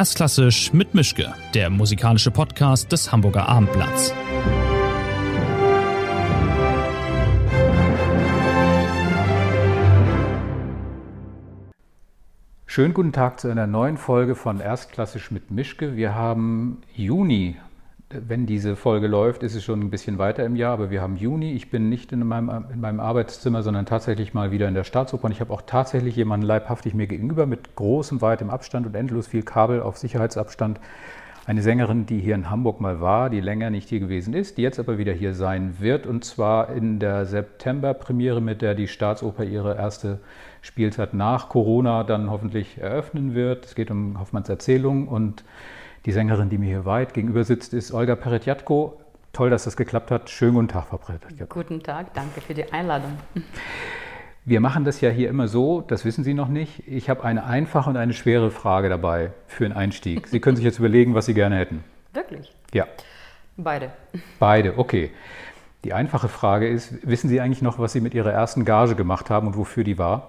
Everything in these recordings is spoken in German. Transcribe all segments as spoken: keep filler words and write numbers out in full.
Erstklassisch mit Mischke, der musikalische Podcast des Hamburger Abendblatts. Schönen guten Tag zu einer neuen Folge von Erstklassisch mit Mischke. Wir haben Juni. Wenn diese Folge läuft, ist es schon ein bisschen weiter im Jahr, aber wir haben Juni. Ich bin nicht in meinem, in meinem Arbeitszimmer, sondern tatsächlich mal wieder in der Staatsoper. Und ich habe auch tatsächlich jemanden leibhaftig mir gegenüber mit großem, weitem Abstand und endlos viel Kabel auf Sicherheitsabstand. Eine Sängerin, die hier in Hamburg mal war, die länger nicht hier gewesen ist, die jetzt aber wieder hier sein wird. Und zwar in der September-Premiere, mit der die Staatsoper ihre erste Spielzeit nach Corona dann hoffentlich eröffnen wird. Es geht um Hoffmanns Erzählung und die Sängerin, die mir hier weit gegenüber sitzt, ist Olga Peretjatko. Toll, dass das geklappt hat. Schönen guten Tag, Frau Peretjatko. Guten Tag, danke für die Einladung. Wir machen das ja hier immer so, das wissen Sie noch nicht. Ich habe eine einfache und eine schwere Frage dabei für einen Einstieg. Sie können sich jetzt überlegen, was Sie gerne hätten. Wirklich? Ja. Beide. Beide, okay. Die einfache Frage ist, wissen Sie eigentlich noch, was Sie mit Ihrer ersten Gage gemacht haben und wofür die war?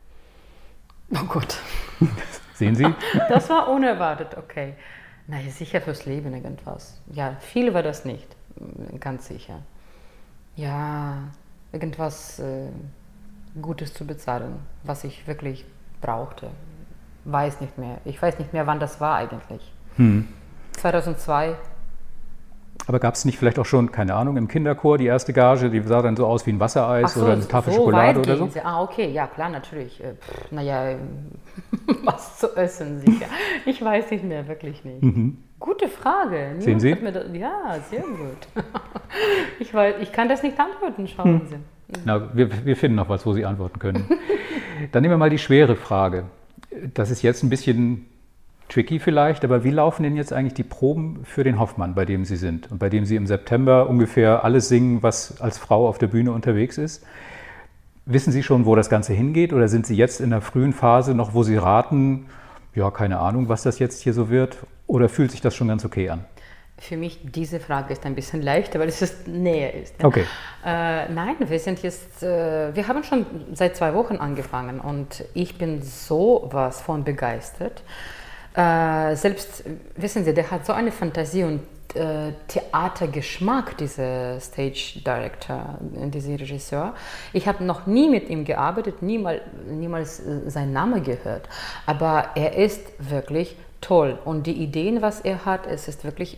Oh Gott. Sehen Sie? Das war unerwartet, okay. Naja, sicher fürs Leben irgendwas. Ja, viel war das nicht, ganz sicher. Ja, irgendwas äh, Gutes zu bezahlen, was ich wirklich brauchte. Weiß nicht mehr. Ich weiß nicht mehr, wann das war eigentlich. Hm. zweitausendzwei. Aber gab es nicht vielleicht auch schon, keine Ahnung, im Kinderchor die erste Gage, die sah dann so aus wie ein Wassereis so, oder eine Tafel so Schokolade oder so? Sie. Ah, okay, ja klar, natürlich. Pff, naja, was zu essen sicher. Ich weiß nicht mehr, wirklich nicht. Mhm. Gute Frage. Sehen Sie? Das, ja, sehr gut. ich, weiß, ich kann das nicht antworten, schauen hm. Sie. Na, wir, wir finden noch was, wo Sie antworten können. Dann nehmen wir mal die schwere Frage. Das ist jetzt ein bisschen tricky vielleicht, aber wie laufen denn jetzt eigentlich die Proben für den Hoffmann, bei dem Sie sind und bei dem Sie im September ungefähr alles singen, was als Frau auf der Bühne unterwegs ist? Wissen Sie schon, wo das Ganze hingeht oder sind Sie jetzt in der frühen Phase noch, wo Sie raten, ja, keine Ahnung, was das jetzt hier so wird, oder fühlt sich das schon ganz okay an? Für mich diese Frage ist ein bisschen leichter, weil es ist näher ist. Ja? Okay. Äh, nein, wir sind jetzt, äh, wir haben schon seit zwei Wochen angefangen und ich bin sowas von begeistert. Äh, selbst, wissen Sie, der hat so eine Fantasie und äh, Theatergeschmack, dieser Stage Director, dieser Regisseur. Ich habe noch nie mit ihm gearbeitet, niemals, niemals äh, seinen Namen gehört, aber er ist wirklich toll und die Ideen, was er hat, es ist wirklich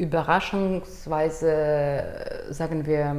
überraschungsweise, sagen wir,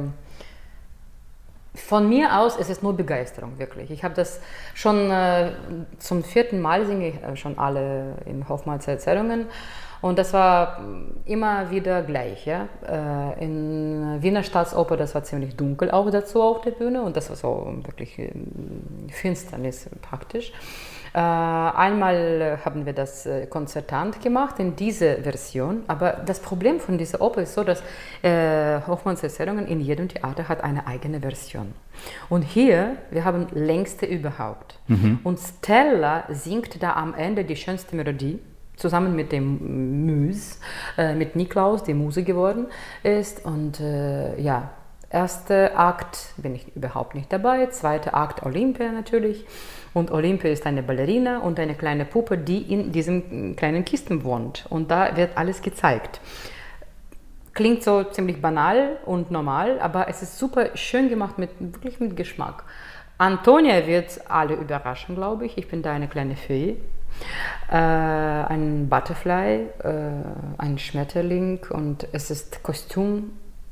von mir aus ist es nur Begeisterung, wirklich. Ich habe das schon äh, zum vierten Mal singe ich äh, schon alle in Hoffmanns Erzählungen und das war immer wieder gleich. Ja? Äh, in Wiener Staatsoper, das war ziemlich dunkel auch dazu auf der Bühne und das war so wirklich äh, Finsternis praktisch. Äh, einmal haben wir das äh, konzertant gemacht in dieser Version, aber das Problem von dieser Oper ist so, dass äh, Hoffmanns Erzählungen in jedem Theater hat eine eigene Version. Und hier, wir haben längste überhaupt. Mhm. Und Stella singt da am Ende die schönste Melodie, zusammen mit dem Muse, äh, mit Niklaus, der Muse geworden ist. Und äh, ja, erster Akt bin ich überhaupt nicht dabei, zweiter Akt Olympia natürlich. Und Olympia ist eine Ballerina und eine kleine Puppe, die in diesem kleinen Kisten wohnt. Und da wird alles gezeigt. Klingt so ziemlich banal und normal, aber es ist super schön gemacht, mit, wirklich mit Geschmack. Antonia wird alle überraschen, glaube ich. Ich bin da eine kleine Fee. Äh, ein Butterfly, äh, ein Schmetterling und es ist Kostüm.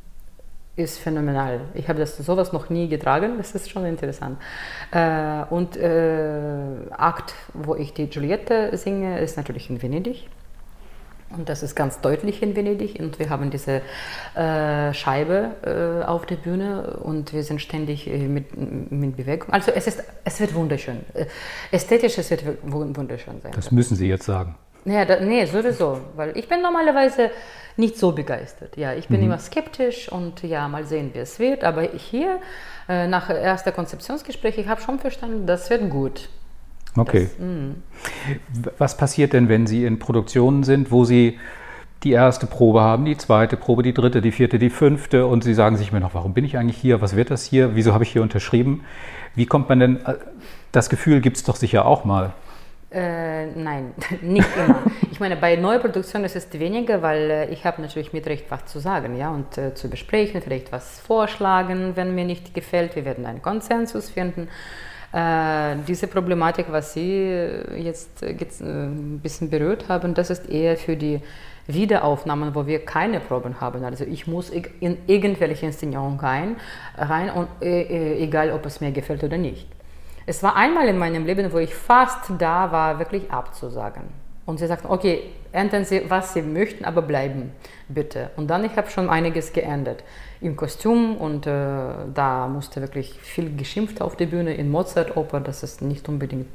Ist phänomenal. Ich habe das sowas noch nie getragen, das ist schon interessant. Äh, und äh, Akt, wo ich die Giulietta singe, ist natürlich in Venedig. Und das ist ganz deutlich in Venedig. Und wir haben diese äh, Scheibe äh, auf der Bühne und wir sind ständig äh, mit, mit Bewegung. Also es, ist, es wird wunderschön. Ästhetisch, es wird wunderschön sein. Das müssen Sie jetzt sagen. Ja, da, nee, sowieso, weil ich bin normalerweise nicht so begeistert. Ja, ich bin mhm. immer skeptisch und ja, mal sehen, wie es wird. Aber hier, äh, nach erster Konzeptionsgespräch, ich habe schon verstanden, das wird gut. Okay. Das, Was passiert denn, wenn Sie in Produktionen sind, wo Sie die erste Probe haben, die zweite Probe, die dritte, die vierte, die fünfte und Sie sagen sich mir noch, warum bin ich eigentlich hier, was wird das hier, wieso habe ich hier unterschrieben? Wie kommt man denn, das Gefühl gibt es doch sicher auch mal. Äh, nein, nicht immer. Ich meine, bei Neuproduktion ist es weniger, weil äh, ich habe natürlich mit Recht was zu sagen, ja, und äh, zu besprechen, vielleicht was vorschlagen, wenn mir nicht gefällt. Wir werden einen Konsensus finden. Äh, diese Problematik, was Sie jetzt äh, ein bisschen berührt haben, das ist eher für die Wiederaufnahmen, wo wir keine Proben haben. Also ich muss in irgendwelche Inszenierung rein, rein und äh, egal, ob es mir gefällt oder nicht. Es war einmal in meinem Leben, wo ich fast da war, wirklich abzusagen. Und sie sagten, okay, ändern Sie, was Sie möchten, aber bleiben, bitte. Und dann, ich habe schon einiges geändert im Kostüm und äh, da musste wirklich viel geschimpft auf der Bühne. In Mozart-Oper, das ist nicht unbedingt,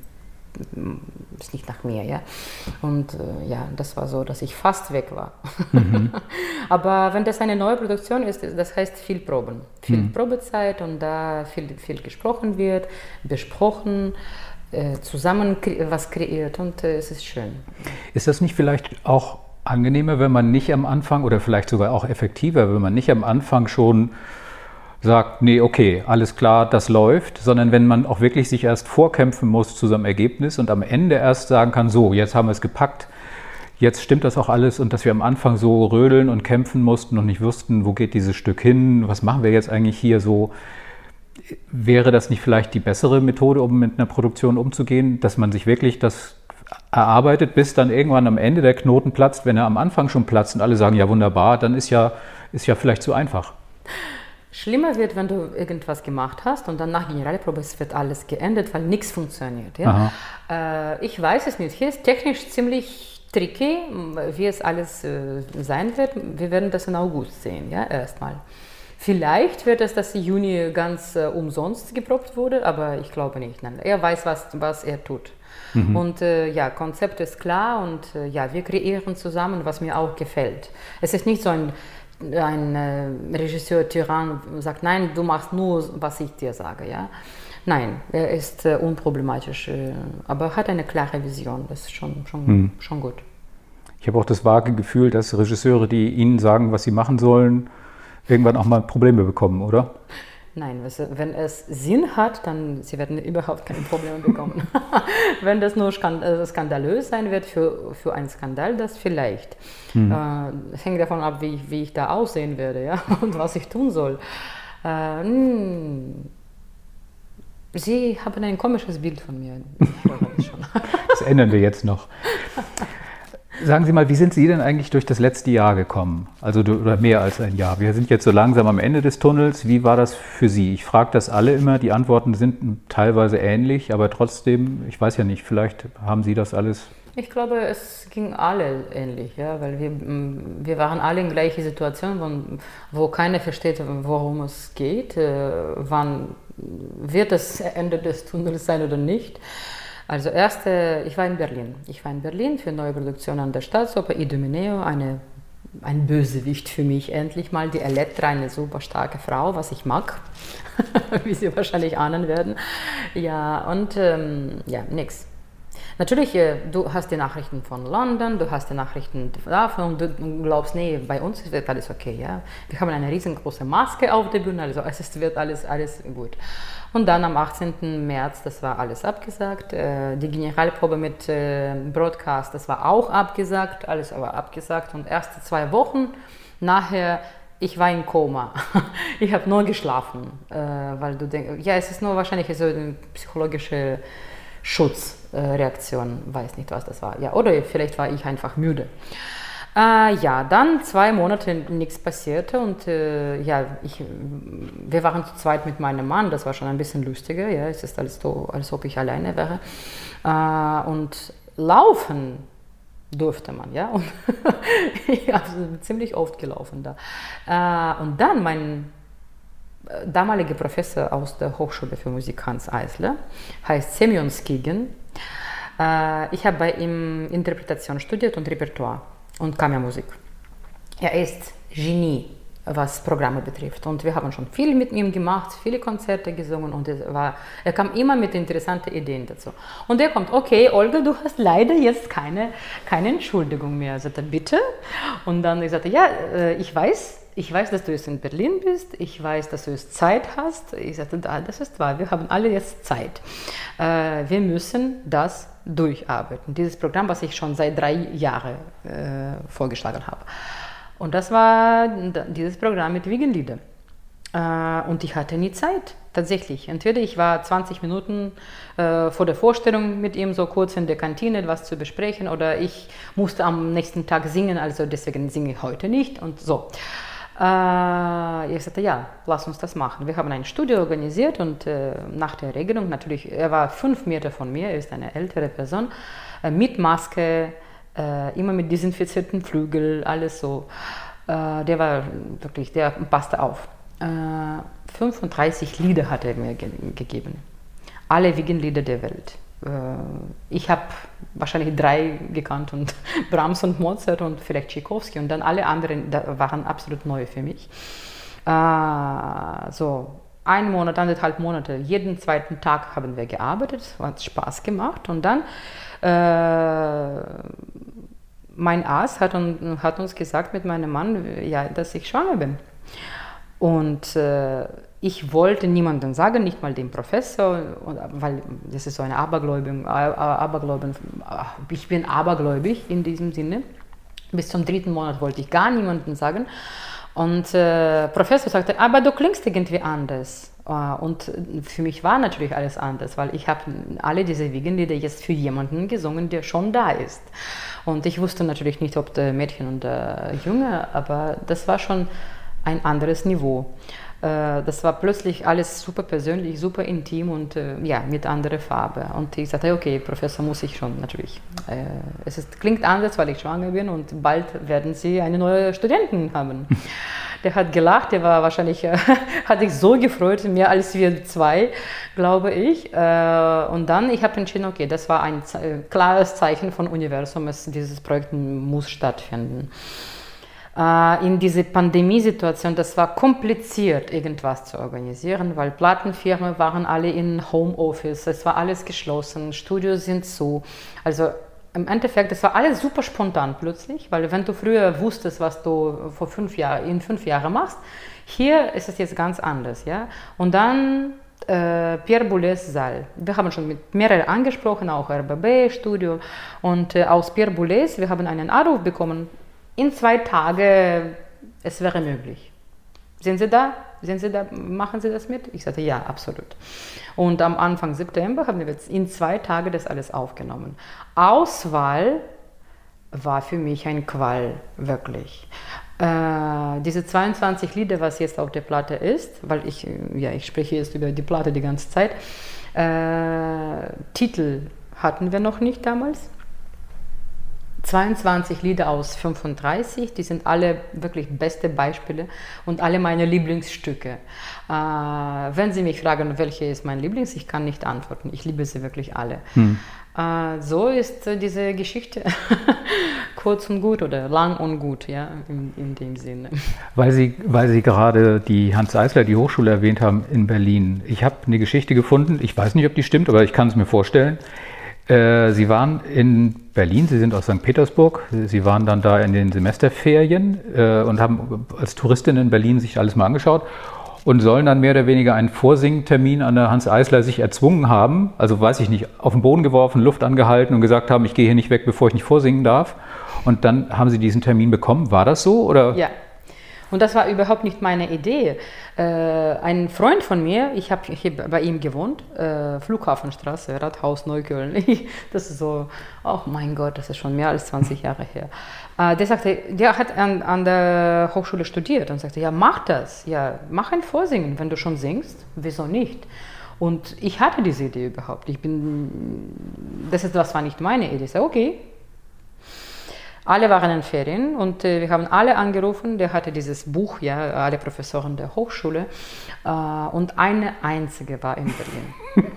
ist nicht nach mir, ja. Und äh, ja, das war so, dass ich fast weg war. Mhm. Aber wenn das eine neue Produktion ist, das heißt viel Proben, viel mhm. Probezeit und da viel, viel gesprochen wird, besprochen, äh, zusammen kre- was kreiert und äh, es ist schön. Ist das nicht vielleicht auch angenehmer, wenn man nicht am Anfang oder vielleicht sogar auch effektiver, wenn man nicht am Anfang schon sagt, nee, okay, alles klar, das läuft, sondern wenn man auch wirklich sich erst vorkämpfen muss zu seinem Ergebnis und am Ende erst sagen kann, so, jetzt haben wir es gepackt, jetzt stimmt das auch alles und dass wir am Anfang so rödeln und kämpfen mussten und nicht wussten, wo geht dieses Stück hin, was machen wir jetzt eigentlich hier so, wäre das nicht vielleicht die bessere Methode, um mit einer Produktion umzugehen, dass man sich wirklich das erarbeitet, bis dann irgendwann am Ende der Knoten platzt, wenn er am Anfang schon platzt und alle sagen, ja wunderbar, dann ist ja, ist ja vielleicht zu einfach. Schlimmer wird, wenn du irgendwas gemacht hast und dann nach Generalprobe es wird alles geändert, weil nichts funktioniert. Ja? Äh, ich weiß es nicht. Hier ist technisch ziemlich tricky, wie es alles äh, sein wird. Wir werden das im August sehen, ja, erstmal. Vielleicht wird es, dass im Juni ganz äh, umsonst geprobt wurde, aber ich glaube nicht. Nein. Er weiß, was, was er tut. Mhm. Und äh, ja, Konzept ist klar und äh, ja, wir kreieren zusammen, was mir auch gefällt. Es ist nicht so ein ein äh, Regisseur Tyrann sagt, nein, du machst nur, was ich dir sage, ja. Nein, er ist äh, unproblematisch, äh, aber hat eine klare Vision, das ist schon, schon, hm. schon gut. Ich habe auch das vage Gefühl, dass Regisseure, die Ihnen sagen, was sie machen sollen, irgendwann auch mal Probleme bekommen, oder? Nein, wenn es Sinn hat, dann sie werden überhaupt keine Probleme bekommen. Wenn das nur skandalös sein wird für, für einen Skandal, das vielleicht. Hm. Äh, es hängt davon ab, wie ich, wie ich da aussehen werde, ja, und was ich tun soll. Äh, Sie haben ein komisches Bild von mir. Ich höre das schon. Das ändern wir jetzt noch. Sagen Sie mal, wie sind Sie denn eigentlich durch das letzte Jahr gekommen? Also oder mehr als ein Jahr. Wir sind jetzt so langsam am Ende des Tunnels. Wie war das für Sie? Ich frage das alle immer. Die Antworten sind teilweise ähnlich, aber trotzdem, ich weiß ja nicht, vielleicht haben Sie das alles. Ich glaube, es ging alle ähnlich, ja, weil wir, wir waren alle in gleicher Situation, wo, wo keiner versteht, worum es geht, äh, wann wird das Ende des Tunnels sein oder nicht. Also erst, ich war in Berlin. Ich war in Berlin für neue Produktion an der Staatsoper, Idomeneo, eine, ein Bösewicht für mich, endlich mal die Elektra, eine super starke Frau, was ich mag, wie Sie wahrscheinlich ahnen werden. Ja, und ähm, ja, nix. Natürlich, du hast die Nachrichten von London, du hast die Nachrichten davon und du glaubst, nee, bei uns wird alles okay, ja. Wir haben eine riesengroße Maske auf der Bühne, also es wird alles, alles gut. Und dann am achtzehnten März, das war alles abgesagt. Die Generalprobe mit Broadcast, das war auch abgesagt, alles aber abgesagt. Und erste zwei Wochen nachher, ich war in Koma. Ich habe nur geschlafen, weil du denkst, ja, es ist nur wahrscheinlich so eine psychologische Schutzreaktion, weiß nicht, was das war. Ja, oder vielleicht war ich einfach müde. Äh, ja, dann zwei Monate nichts passierte und äh, ja, ich, wir waren zu zweit mit meinem Mann, das war schon ein bisschen lustiger, ja, es ist alles so, als ob ich alleine wäre. Äh, und laufen durfte man, ja, und ich habe ziemlich oft gelaufen da. Äh, und dann mein damaliger Professor aus der Hochschule für Musik, Hans Eisler, heißt Semyon Skigen. Äh, ich habe bei ihm Interpretation studiert und Repertoire und Kammermusik. Er ist Genie, was Programme betrifft. Und wir haben schon viel mit ihm gemacht, viele Konzerte gesungen und es war, er kam immer mit interessanten Ideen dazu. Und er kommt, okay, Olga, du hast leider jetzt keine, keine Entschuldigung mehr. Er sagte, bitte? Und dann ich sagte, ja, ich weiß, ich weiß, dass du jetzt in Berlin bist, ich weiß, dass du jetzt Zeit hast. Ich sagte, ah, das ist wahr, wir haben alle jetzt Zeit. Äh, wir müssen das durcharbeiten. Dieses Programm, was ich schon seit drei Jahren äh, vorgeschlagen habe. Und das war dieses Programm mit Wiegenlieder. Äh, und ich hatte nie Zeit, tatsächlich. Entweder ich war zwanzig Minuten äh, vor der Vorstellung mit ihm so kurz in der Kantine was zu besprechen, oder ich musste am nächsten Tag singen, also deswegen singe ich heute nicht und so. Äh, ich sagte, ja, lass uns das machen. Wir haben ein Studio organisiert und äh, nach der Regelung, natürlich, er war fünf Meter von mir, er ist eine ältere Person, äh, mit Maske, äh, immer mit desinfizierten Flügel, alles so. Äh, der war wirklich, der passte auf. Äh, fünfunddreißig Lieder hat er mir ge gegeben. Alle Wiegenlieder der Welt. Äh, ich habe wahrscheinlich drei gekannt, und Brahms und Mozart und vielleicht Tchaikovsky, und dann alle anderen da waren absolut neu für mich. Äh, so ein Monat, anderthalb Monate, jeden zweiten Tag haben wir gearbeitet, hat Spaß gemacht, und dann äh, mein Arzt hat, un hat uns gesagt mit meinem Mann, ja, dass ich schwanger bin. Und äh, ich wollte niemandem sagen, nicht mal dem Professor, weil das ist so eine Abergläubin, Abergläubin, ich bin abergläubig in diesem Sinne. Bis zum dritten Monat wollte ich gar niemandem sagen. Und der äh, Professor sagte, aber du klingst irgendwie anders. Und für mich war natürlich alles anders, weil ich habe alle diese Wiegenlieder jetzt für jemanden gesungen, der schon da ist. Und ich wusste natürlich nicht, ob der Mädchen oder Junge, aber das war schon ein anderes Niveau. Das war plötzlich alles super persönlich, super intim und ja, mit anderer Farbe. Und ich sagte, okay, Professor, muss ich schon natürlich. Es ist, klingt anders, weil ich schwanger bin, und bald werden Sie eine neue Studentin haben. Der hat gelacht, der war wahrscheinlich, hat sich so gefreut, mehr als wir zwei, glaube ich. Und dann, ich habe entschieden, okay, das war ein klares Zeichen von Universum, dieses Projekt muss stattfinden. In diese Pandemiesituation, das war kompliziert, irgendwas zu organisieren, weil Plattenfirmen waren alle in Homeoffice, es war alles geschlossen, Studios sind zu. Also im Endeffekt, das war alles super spontan plötzlich, weil wenn du früher wusstest, was du vor fünf Jahren, in fünf Jahren machst, hier ist es jetzt ganz anders. Ja? Und dann äh, Pierre Boulez Saal. Wir haben schon mit mehreren angesprochen, auch R B B-Studio, und äh, aus Pierre Boulez, wir haben einen Anruf bekommen, in zwei Tagen, es wäre möglich. Sind Sie da? Sind Sie da? Machen Sie das mit? Ich sagte, ja, absolut. Und am Anfang September haben wir jetzt in zwei Tagen das alles aufgenommen. Auswahl war für mich ein Qual, wirklich. Äh, diese zweiundzwanzig Lieder, was jetzt auf der Platte ist, weil ich, ja, ich spreche jetzt über die Platte die ganze Zeit, äh, Titel hatten wir noch nicht damals. zweiundzwanzig Lieder aus fünfunddreißig, die sind alle wirklich beste Beispiele und alle meine Lieblingsstücke. Äh, wenn Sie mich fragen, welche ist mein Lieblings, ich kann nicht antworten. Ich liebe sie wirklich alle. Hm. Äh, so ist äh, diese Geschichte kurz und gut oder lang und gut, ja, in, in dem Sinne. Weil Sie, weil Sie gerade die Hanns Eisler, die Hochschule erwähnt haben in Berlin. Ich habe eine Geschichte gefunden, ich weiß nicht, ob die stimmt, aber ich kann es mir vorstellen. Sie waren in Berlin, Sie sind aus Sankt Petersburg, Sie waren dann da in den Semesterferien äh, und haben als Touristin in Berlin sich alles mal angeschaut und sollen dann mehr oder weniger einen Vorsingtermin an der Hanns Eisler sich erzwungen haben, also weiß ich nicht, auf den Boden geworfen, Luft angehalten und gesagt haben, ich gehe hier nicht weg, bevor ich nicht vorsingen darf. Und dann haben Sie diesen Termin bekommen. War das so? Oder? Ja. Und das war überhaupt nicht meine Idee. Äh, ein Freund von mir, ich habe hier bei ihm gewohnt, äh, Flughafenstraße, Rathaus Neukölln. Das ist so, oh mein Gott, das ist schon mehr als zwanzig Jahre her. Äh, der sagte, der hat an, an der Hochschule studiert und sagte, ja, mach das, ja, mach ein Vorsingen, wenn du schon singst, wieso nicht? Und ich hatte diese Idee überhaupt. Ich bin, das, ist, das war nicht meine Idee. Ich sage, okay. Alle waren in Ferien und äh, wir haben alle angerufen. Der hatte dieses Buch, ja, alle Professoren der Hochschule. Äh, und eine einzige war in Berlin.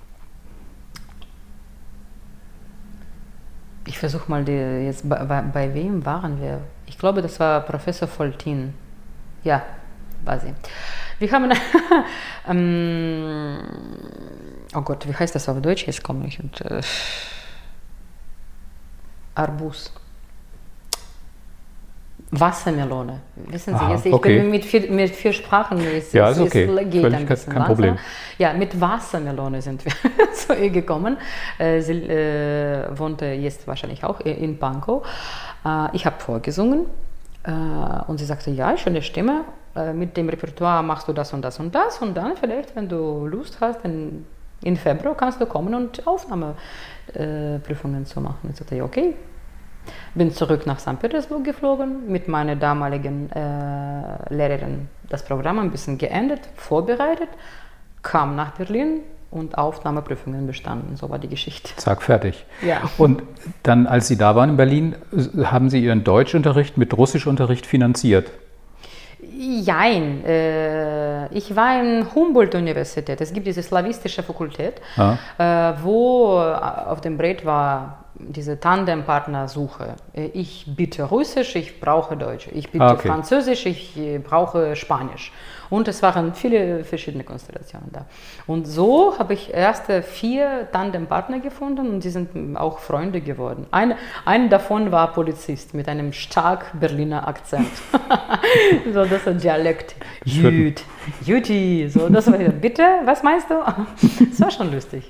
Ich versuche mal, die, jetzt bei, bei, bei wem waren wir? Ich glaube, das war Professor Foltin. Ja, war sie. Wir haben, ähm, oh Gott, wie heißt das auf Deutsch? Jetzt komme ich und äh, Arbus. Wassermelone. Wissen Sie, Aha, jetzt, ich okay. bin mit vier, mit vier Sprachen, es, Ja, es, ist okay. es geht Völlig ein bisschen kein langsamer. Problem. Ja, mit Wassermelone sind wir zu ihr gekommen. Äh, sie äh, wohnte jetzt wahrscheinlich auch in Pankow. Äh, ich habe vorgesungen äh, und sie sagte, ja, schöne Stimme, äh, mit dem Repertoire machst du das und das und das und dann vielleicht, wenn du Lust hast, in, in Februar kannst du kommen und Aufnahmeprüfungen äh, zu machen. Ich sagte, ja, okay. Bin zurück nach Sankt Petersburg geflogen, mit meiner damaligen äh, Lehrerin das Programm ein bisschen geändert, vorbereitet, kam nach Berlin und Aufnahmeprüfungen bestanden. So war die Geschichte. Zack, fertig. Ja. Und dann, als Sie da waren in Berlin, haben Sie Ihren Deutschunterricht mit Russischunterricht finanziert? Jein. Äh, ich war in Humboldt-Universität. Es gibt diese slawistische Fakultät, Ah. äh, wo auf dem Brett war diese Tandempartnersuche. Ich bitte Russisch, ich brauche Deutsch. Ich bitte Ah, okay. Französisch, ich brauche Spanisch. Und es waren viele verschiedene Konstellationen da. Und so habe ich erste vier Tandempartner gefunden und die sind auch Freunde geworden. Eine, eine davon war Polizist mit einem stark Berliner Akzent. So, das ist ein Dialekt. Jüt, Jüti, so, das war, bitte, was meinst du? Das war schon lustig.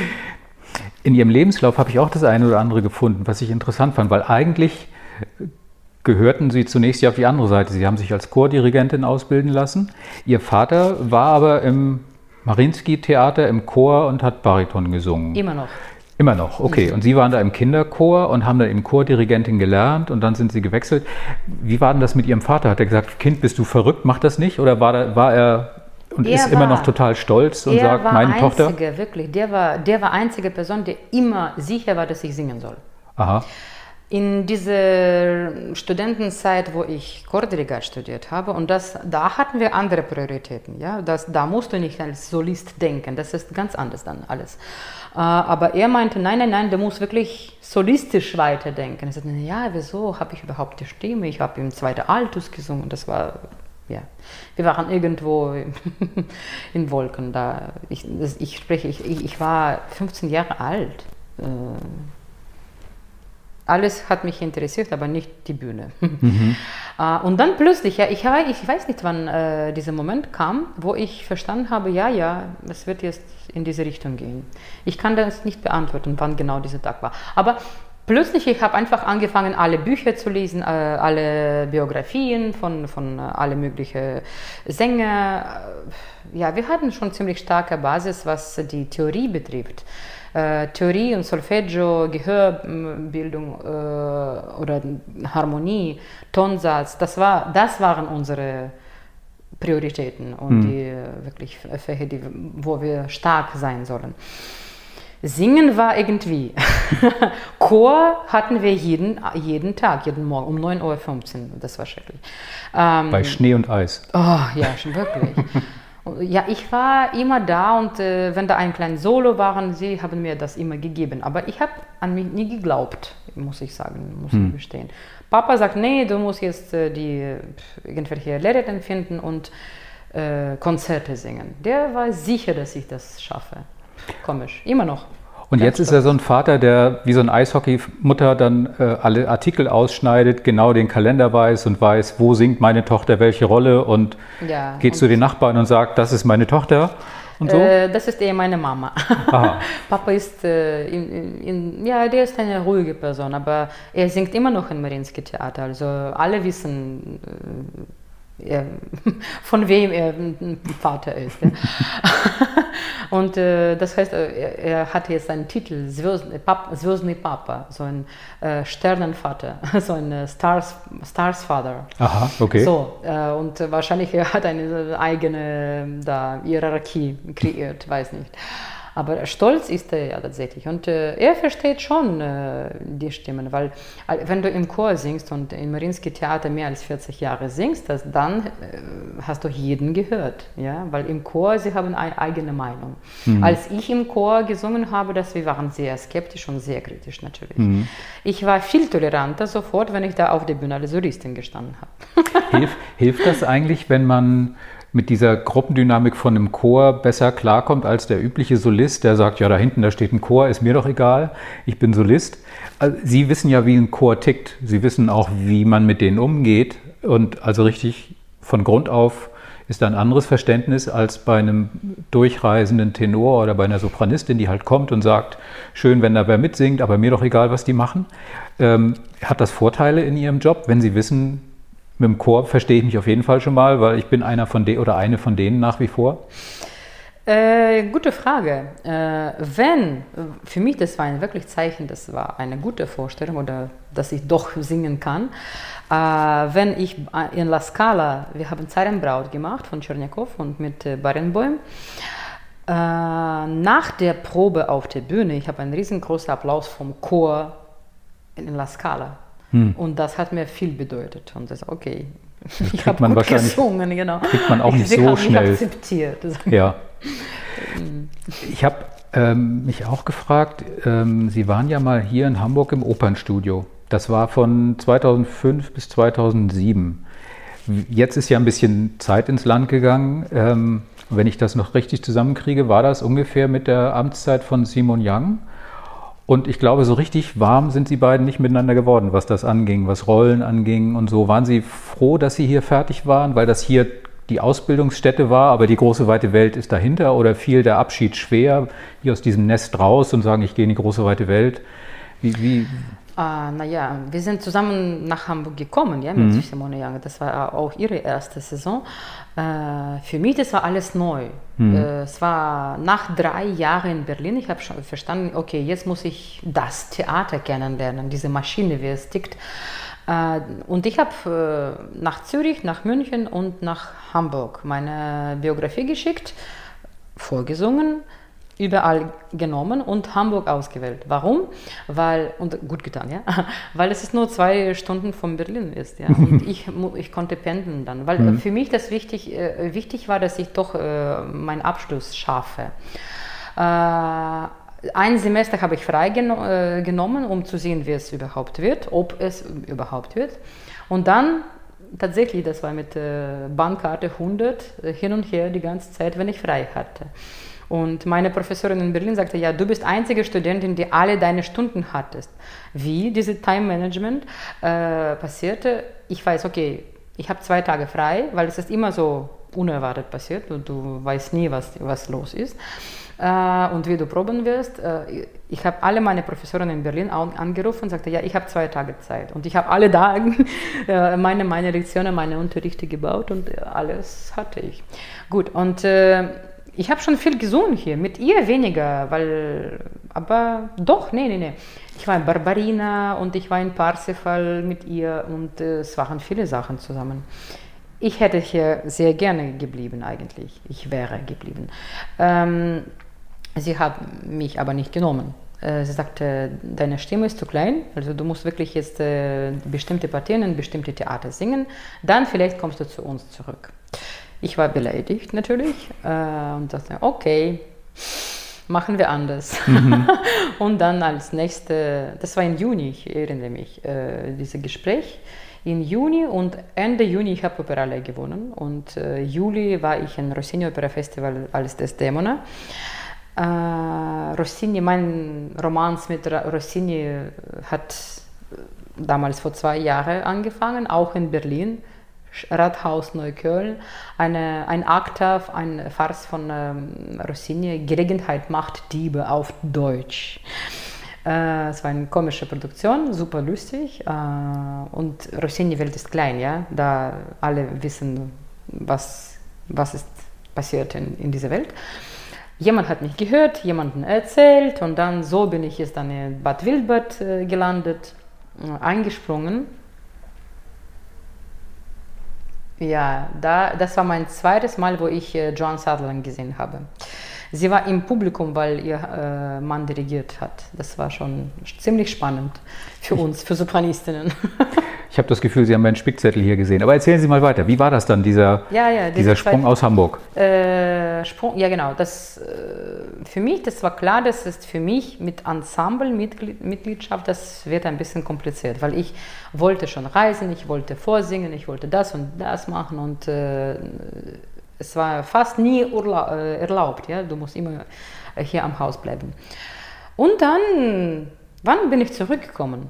In Ihrem Lebenslauf habe ich auch das eine oder andere gefunden, was ich interessant fand, weil eigentlich gehörten Sie zunächst ja auf die andere Seite. Sie haben sich als Chordirigentin ausbilden lassen. Ihr Vater war aber im Mariinsky-Theater im Chor und hat Bariton gesungen. Immer noch. Immer noch, okay. Und Sie waren da im Kinderchor und haben da eben Chordirigentin gelernt und dann sind Sie gewechselt. Wie war denn das mit Ihrem Vater? Hat er gesagt, Kind, bist du verrückt, mach das nicht? Oder war, da, war er und Er ist war- immer noch total stolz und er sagt, war meine einzige, Tochter? wirklich, der war, der war einzige Person, der immer sicher war, dass ich singen soll. Aha, In dieser Studentenzeit, wo ich Chordirigat studiert habe, und das, da hatten wir andere Prioritäten. Ja? Das, da musst du nicht als Solist denken, das ist ganz anders dann alles. Äh, aber er meinte, nein, nein, nein, du musst wirklich solistisch weiterdenken. Ich sagte, ja, wieso habe ich überhaupt die Stimme? Ich habe im zweiten Altus gesungen, das war, ja, wir waren irgendwo in Wolken da. Ich, das, ich spreche, ich, ich war fünfzehn Jahre alt. Äh, Alles hat mich interessiert, aber nicht die Bühne. Mhm. Und dann plötzlich, ja, ich, ich weiß nicht, wann äh, dieser Moment kam, wo ich verstanden habe, ja, ja, es wird jetzt in diese Richtung gehen. Ich kann das nicht beantworten, wann genau dieser Tag war. Aber plötzlich, ich habe einfach angefangen, alle Bücher zu lesen, äh, alle Biografien von, von äh, alle möglichen Sänger. Ja, wir hatten schon ziemlich starke Basis, was die Theorie betrifft. Äh, Theorie und Solfeggio, Gehörbildung äh, oder Harmonie, Tonsatz, das, war, das waren unsere Prioritäten und hm. die äh, wirklich Fächer, die, wo wir stark sein sollen. Singen war irgendwie. Chor hatten wir jeden, jeden Tag, jeden Morgen um neun Uhr fünfzehn, das war schrecklich. Ähm, bei Schnee und Eis. Oh, ja, schon wirklich. Ja, ich war immer da und äh, wenn da ein kleines Solo waren, sie haben mir das immer gegeben. Aber ich habe an mich nie geglaubt, muss ich sagen, muss hm. ich gestehen. Papa sagt, nee, du musst jetzt äh, die irgendwelche Lehrerin finden und äh, Konzerte singen. Der war sicher, dass ich das schaffe. Komisch, immer noch. Und Ganz jetzt ist er so ein Vater, der wie so ein Eishockey-Mutter dann äh, alle Artikel ausschneidet, genau den Kalender weiß und weiß, wo singt meine Tochter welche Rolle und ja, geht und zu den Nachbarn und sagt, das ist meine Tochter und so? Äh, das ist eher meine Mama. Aha. Papa ist, äh, in, in, in, ja, der ist eine ruhige Person, aber er singt immer noch im Mariinsky-Theater. Also alle wissen, äh, er, von wem er ein Vater ist. Ja. Und äh, das heißt, er, er hat jetzt einen Titel, Звездный Papa, so ein äh, Sternenvater, so ein äh, Stars, Stars Father. Aha, okay. So, äh, und wahrscheinlich er hat eine eigene da, Hierarchie kreiert, weiß nicht. Aber stolz ist er ja tatsächlich und äh, er versteht schon äh, die Stimmen, weil äh, wenn du im Chor singst und im Mariinsky-Theater mehr als vierzig Jahre singst, das, dann äh, hast du jeden gehört, ja? Weil im Chor, sie haben eine eigene Meinung. Mhm. Als ich im Chor gesungen habe, das, wir waren sehr skeptisch und sehr kritisch natürlich. Mhm. Ich war viel toleranter sofort, wenn ich da auf der Bühne als Solistin gestanden habe. Hilf, hilft das eigentlich, wenn man mit dieser Gruppendynamik von einem Chor besser klarkommt als der übliche Solist, der sagt, ja, da hinten, da steht ein Chor, ist mir doch egal, ich bin Solist. Also, Sie wissen ja, wie ein Chor tickt. Sie wissen auch, wie man mit denen umgeht. Und also richtig von Grund auf ist da ein anderes Verständnis als bei einem durchreisenden Tenor oder bei einer Sopranistin, die halt kommt und sagt, schön, wenn da wer mitsingt, aber mir doch egal, was die machen. Ähm, hat das Vorteile in Ihrem Job, wenn Sie wissen, mit dem Chor verstehe ich mich auf jeden Fall schon mal, weil ich bin einer von denen oder eine von denen nach wie vor? Äh, gute Frage. Äh, wenn, für mich das war ein wirklich Zeichen, das war eine gute Vorstellung oder dass ich doch singen kann. Äh, wenn ich in La Scala, wir haben Zarenbraut gemacht von Tschernjakow und mit äh, Barenboim. Äh, nach der Probe auf der Bühne, ich habe einen riesengroßen Applaus vom Chor in La Scala. Hm. Und das hat mir viel bedeutet. Und das, okay, ich habe gut gesungen, genau. Kriegt man auch nicht ich, so schnell. Ich akzeptiert. Ja. Ich habe ähm, mich auch gefragt, ähm, Sie waren ja mal hier in Hamburg im Opernstudio. Das war von zweitausendfünf bis zweitausendsieben. Jetzt ist ja ein bisschen Zeit ins Land gegangen. Ähm, wenn ich das noch richtig zusammenkriege, war das ungefähr mit der Amtszeit von Simon Young. Und ich glaube, so richtig warm sind Sie beiden nicht miteinander geworden, was das anging, was Rollen anging und so. Waren Sie froh, dass Sie hier fertig waren, weil das hier die Ausbildungsstätte war, aber die große weite Welt ist dahinter? Oder fiel der Abschied schwer, hier aus diesem Nest raus und sagen, ich gehe in die große weite Welt? Wie, wie? Ah, naja, wir sind zusammen nach Hamburg gekommen, ja, mit mhm. Simone Young. Das war auch ihre erste Saison. Äh, für mich, das war alles neu. Mhm. Äh, es war nach drei Jahren in Berlin. Ich habe schon verstanden, okay, jetzt muss ich das Theater kennenlernen, diese Maschine, wie es tickt. Äh, und ich habe äh, nach Zürich, nach München und nach Hamburg meine Biografie geschickt, vorgesungen, überall genommen und Hamburg ausgewählt. Warum? Weil, und gut getan, ja, weil es ist nur zwei Stunden von Berlin ist, ja, und ich, ich konnte pendeln dann, weil mhm. für mich das wichtig, äh, wichtig war, dass ich doch äh, meinen Abschluss schaffe. Äh, ein Semester habe ich frei geno äh, genommen, um zu sehen, wie es überhaupt wird, ob es überhaupt wird, und dann tatsächlich, das war mit äh, Bahnkarte hundert, äh, hin und her die ganze Zeit, wenn ich frei hatte. Und meine Professorin in Berlin sagte, ja, du bist einzige Studentin, die alle deine Stunden hattest. Wie diese Time Management äh, passierte, ich weiß, okay, ich habe zwei Tage frei, weil es ist immer so unerwartet passiert und du weißt nie, was, was los ist äh, und wie du proben wirst. Äh, ich habe alle meine Professoren in Berlin angerufen und sagte, ja, ich habe zwei Tage Zeit. Und ich habe alle Tage äh, meine, meine Lektionen, meine Unterrichte gebaut und alles hatte ich. Gut, und äh, ich habe schon viel gesungen hier, mit ihr weniger, weil, aber doch, nee, nee, nee. Ich war in Barbarina und ich war in Parsifal mit ihr und äh, es waren viele Sachen zusammen. Ich hätte hier sehr gerne geblieben eigentlich, ich wäre geblieben. Ähm, sie hat mich aber nicht genommen. Äh, sie sagte, deine Stimme ist zu klein, also du musst wirklich jetzt äh, bestimmte Partien in bestimmte Theater singen, dann vielleicht kommst du zu uns zurück. Ich war beleidigt natürlich äh, und dachte, okay, machen wir anders. Mhm. Und dann als nächste, das war im Juni, ich erinnere mich, äh, dieses Gespräch. Im Juni und Ende Juni, ich habe Operalle gewonnen und äh, Juli war ich im Rossini Opera Festival als Desdemona. Äh, Rossini, mein Romans mit Rossini hat damals vor zwei Jahren angefangen, auch in Berlin. Rathaus Neukölln, eine, ein Aktav, ein Farce von ähm, Rossini, Gelegenheit macht Diebe auf Deutsch. Äh, es war eine komische Produktion, super lustig äh, und Rossini-Welt ist klein, ja, da alle wissen, was, was ist passiert in, in dieser Welt. Jemand hat mich gehört, jemanden erzählt und dann so bin ich jetzt dann in Bad Wildbad äh, gelandet, äh, eingesprungen. Ja, da, das war mein zweites Mal, wo ich äh, Joan Sutherland gesehen habe. Sie war im Publikum, weil ihr äh, Mann dirigiert hat. Das war schon ziemlich spannend für uns, für Sopranistinnen. Ich habe das Gefühl, Sie haben meinen Spickzettel hier gesehen. Aber erzählen Sie mal weiter. Wie war das dann, dieser, ja, ja, dieser Sprung zwei, aus Hamburg? Äh, Sprung, ja, genau. Das, äh, für mich, das war klar, das ist für mich mit Ensemble-Mitgliedschaft, das wird ein bisschen kompliziert, weil ich wollte schon reisen, ich wollte vorsingen, ich wollte das und das machen und äh, es war fast nie Urla äh, erlaubt, ja, du musst immer äh, hier am Haus bleiben. Und dann, wann bin ich zurückgekommen?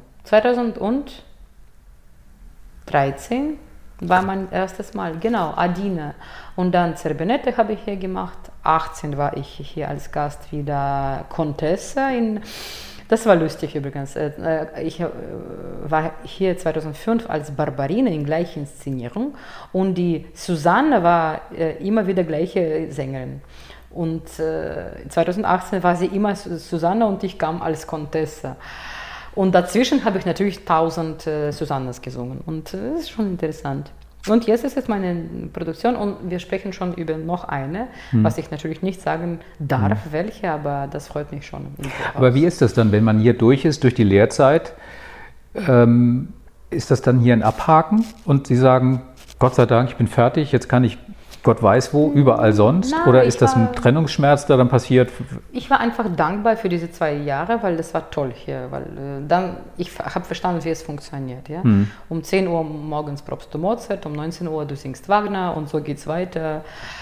zweitausenddreizehn war mein erstes Mal, genau, Adina. Und dann Zerbinette habe ich hier gemacht. achtzehn war ich hier als Gast wieder Contessa. In, das war lustig übrigens. Ich war hier zweitausendfünf als Barbarina in gleicher Inszenierung. Und die Susanne war immer wieder gleiche Sängerin. Und zweitausendachtzehn war sie immer Susanne und ich kam als Contessa. Und dazwischen habe ich natürlich tausend äh, Susannas gesungen und äh, das ist schon interessant. Und jetzt ist es meine Produktion und wir sprechen schon über noch eine, hm. was ich natürlich nicht sagen darf, hm. welche, aber das freut mich schon. Aber wie ist das dann, wenn man hier durch ist, durch die Lehrzeit, ähm, ist das dann hier ein Abhaken und Sie sagen, Gott sei Dank, ich bin fertig, jetzt kann ich Gott weiß wo, überall sonst? Nein, oder ist das war, ein Trennungsschmerz, der dann passiert? Ich war einfach dankbar für diese zwei Jahre, weil das war toll hier. Weil, äh, dann, ich habe verstanden, wie es funktioniert. Ja? Hm. Um zehn Uhr morgens probst du Mozart, um neunzehn Uhr du singst Wagner und so geht es weiter.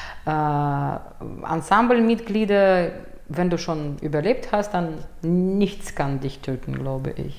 Äh, Ensemblemitglieder, wenn du schon überlebt hast, dann nichts kann dich töten, glaube ich.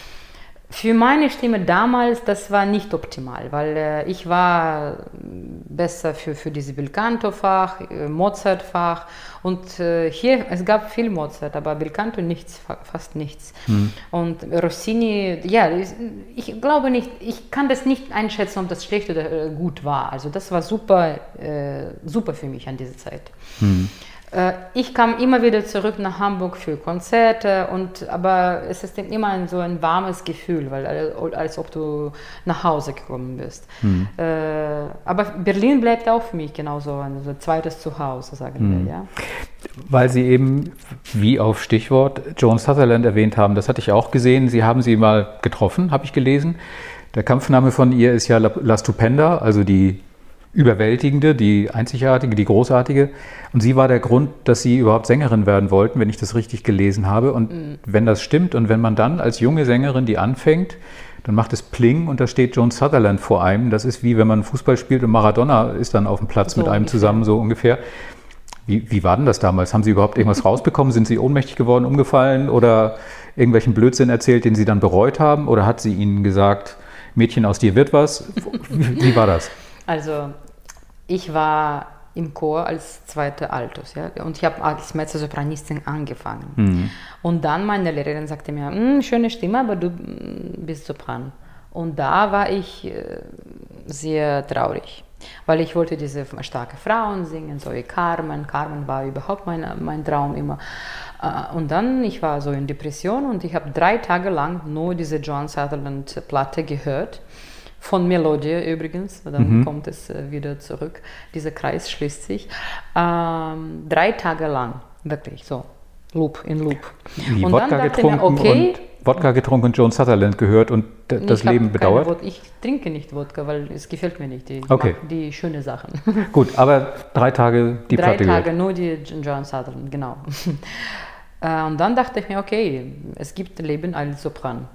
Für meine Stimme damals, das war nicht optimal, weil äh, ich war besser für, für dieses Belcanto-Fach, äh, Mozart-Fach und äh, hier, es gab viel Mozart, aber Belcanto nichts, fa fast nichts. Hm. Und Rossini, ja, ich, ich glaube nicht, ich kann das nicht einschätzen, ob das schlecht oder äh, gut war. Also das war super, äh, super für mich an dieser Zeit. Hm. Ich kam immer wieder zurück nach Hamburg für Konzerte, und, aber es ist immer ein, so ein warmes Gefühl, weil, als ob du nach Hause gekommen bist. Hm. Äh, aber Berlin bleibt auch für mich genauso ein so zweites Zuhause, sagen hm. wir. Ja? Weil Sie eben, wie auf Stichwort, Joan Sutherland erwähnt haben, das hatte ich auch gesehen, Sie haben sie mal getroffen, habe ich gelesen. Der Kampfname von ihr ist ja La Stupenda, also die überwältigende, die einzigartige, die großartige. Und sie war der Grund, dass Sie überhaupt Sängerin werden wollten, wenn ich das richtig gelesen habe. Und mhm. wenn das stimmt und wenn man dann als junge Sängerin, die anfängt, dann macht es Pling und da steht Joan Sutherland vor einem. Das ist wie wenn man Fußball spielt und Maradona ist dann auf dem Platz so mit einem ungefähr. zusammen, so ungefähr. Wie, wie war denn das damals? Haben Sie überhaupt irgendwas rausbekommen? Sind Sie ohnmächtig geworden, umgefallen oder irgendwelchen Blödsinn erzählt, den Sie dann bereut haben? Oder hat sie Ihnen gesagt, Mädchen, aus dir wird was? Wie war das? Also ich war im Chor als zweite Altus, ja, und ich habe als Mezzosopranistin angefangen. Mhm. Und dann meine Lehrerin sagte mir, schöne Stimme, aber du bist Sopran. Und da war ich äh, sehr traurig, weil ich wollte diese starke Frauen singen, so wie Carmen. Carmen war überhaupt mein, mein Traum immer. Äh, und dann, ich war so in Depression und ich habe drei Tage lang nur diese Joan Sutherland Platte gehört. Von Melodia übrigens, dann mhm. kommt es äh, wieder zurück. Dieser Kreis schließt sich. Ähm, drei Tage lang, wirklich so, Loop in Loop. Wie und Wodka dann getrunken mir, okay, und Wodka getrunken und Joan Sutherland gehört und das Leben bedauert? Ich trinke nicht Wodka, weil es gefällt mir nicht, die, okay. die schönen Sachen. Gut, aber drei Tage die drei Platte Drei Tage gehört. nur die Joan Sutherland, genau. Und dann dachte ich mir, okay, es gibt Leben als Sopran.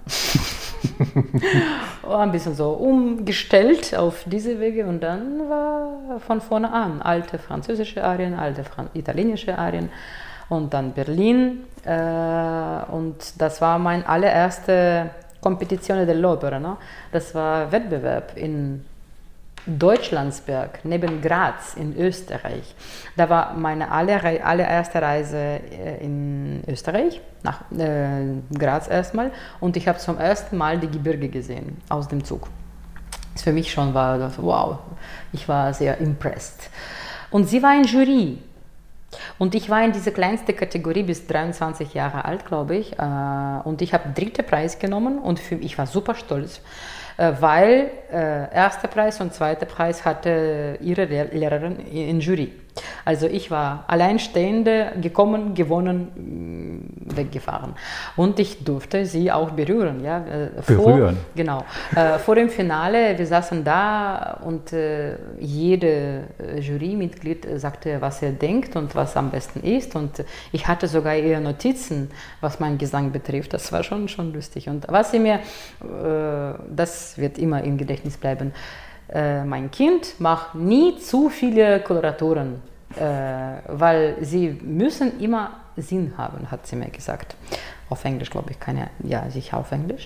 Ein bisschen so umgestellt auf diese Wege und dann war von vorne an alte französische Arien, alte Fran italienische Arien und dann Berlin äh, und das war meine allererste Competizione dell'Opera, ne? Das war Wettbewerb in Deutschlandsberg, neben Graz in Österreich. Da war meine aller, allererste Reise in Österreich, nach äh, Graz erstmal, und ich habe zum ersten Mal die Gebirge gesehen, aus dem Zug. Das für mich schon war das, wow, ich war sehr impressed. Und sie war in Jury. Und ich war in dieser kleinsten Kategorie bis dreiundzwanzig Jahre alt, glaube ich. Und ich habe den dritten Preis genommen und für, ich war super stolz, weil äh, erster Preis und zweiter Preis hatte ihre Lehrerin in Jury. Also ich war alleinstehende, gekommen, gewonnen, weggefahren. Und ich durfte sie auch berühren. Ja, berühren? Vor, genau. Äh, vor dem Finale, wir saßen da und äh, jede Jurymitglied sagte, was er denkt und was am besten ist. Und ich hatte sogar eher Notizen, was mein Gesang betrifft. Das war schon, schon lustig. Und was sie mir, äh, das wird immer im Gedächtnis bleiben, äh, mein Kind macht nie zu viele Koloraturen, äh, weil sie müssen immer Sinn haben, hat sie mir gesagt. Auf Englisch, glaube ich, keine, ja, sicher auf Englisch.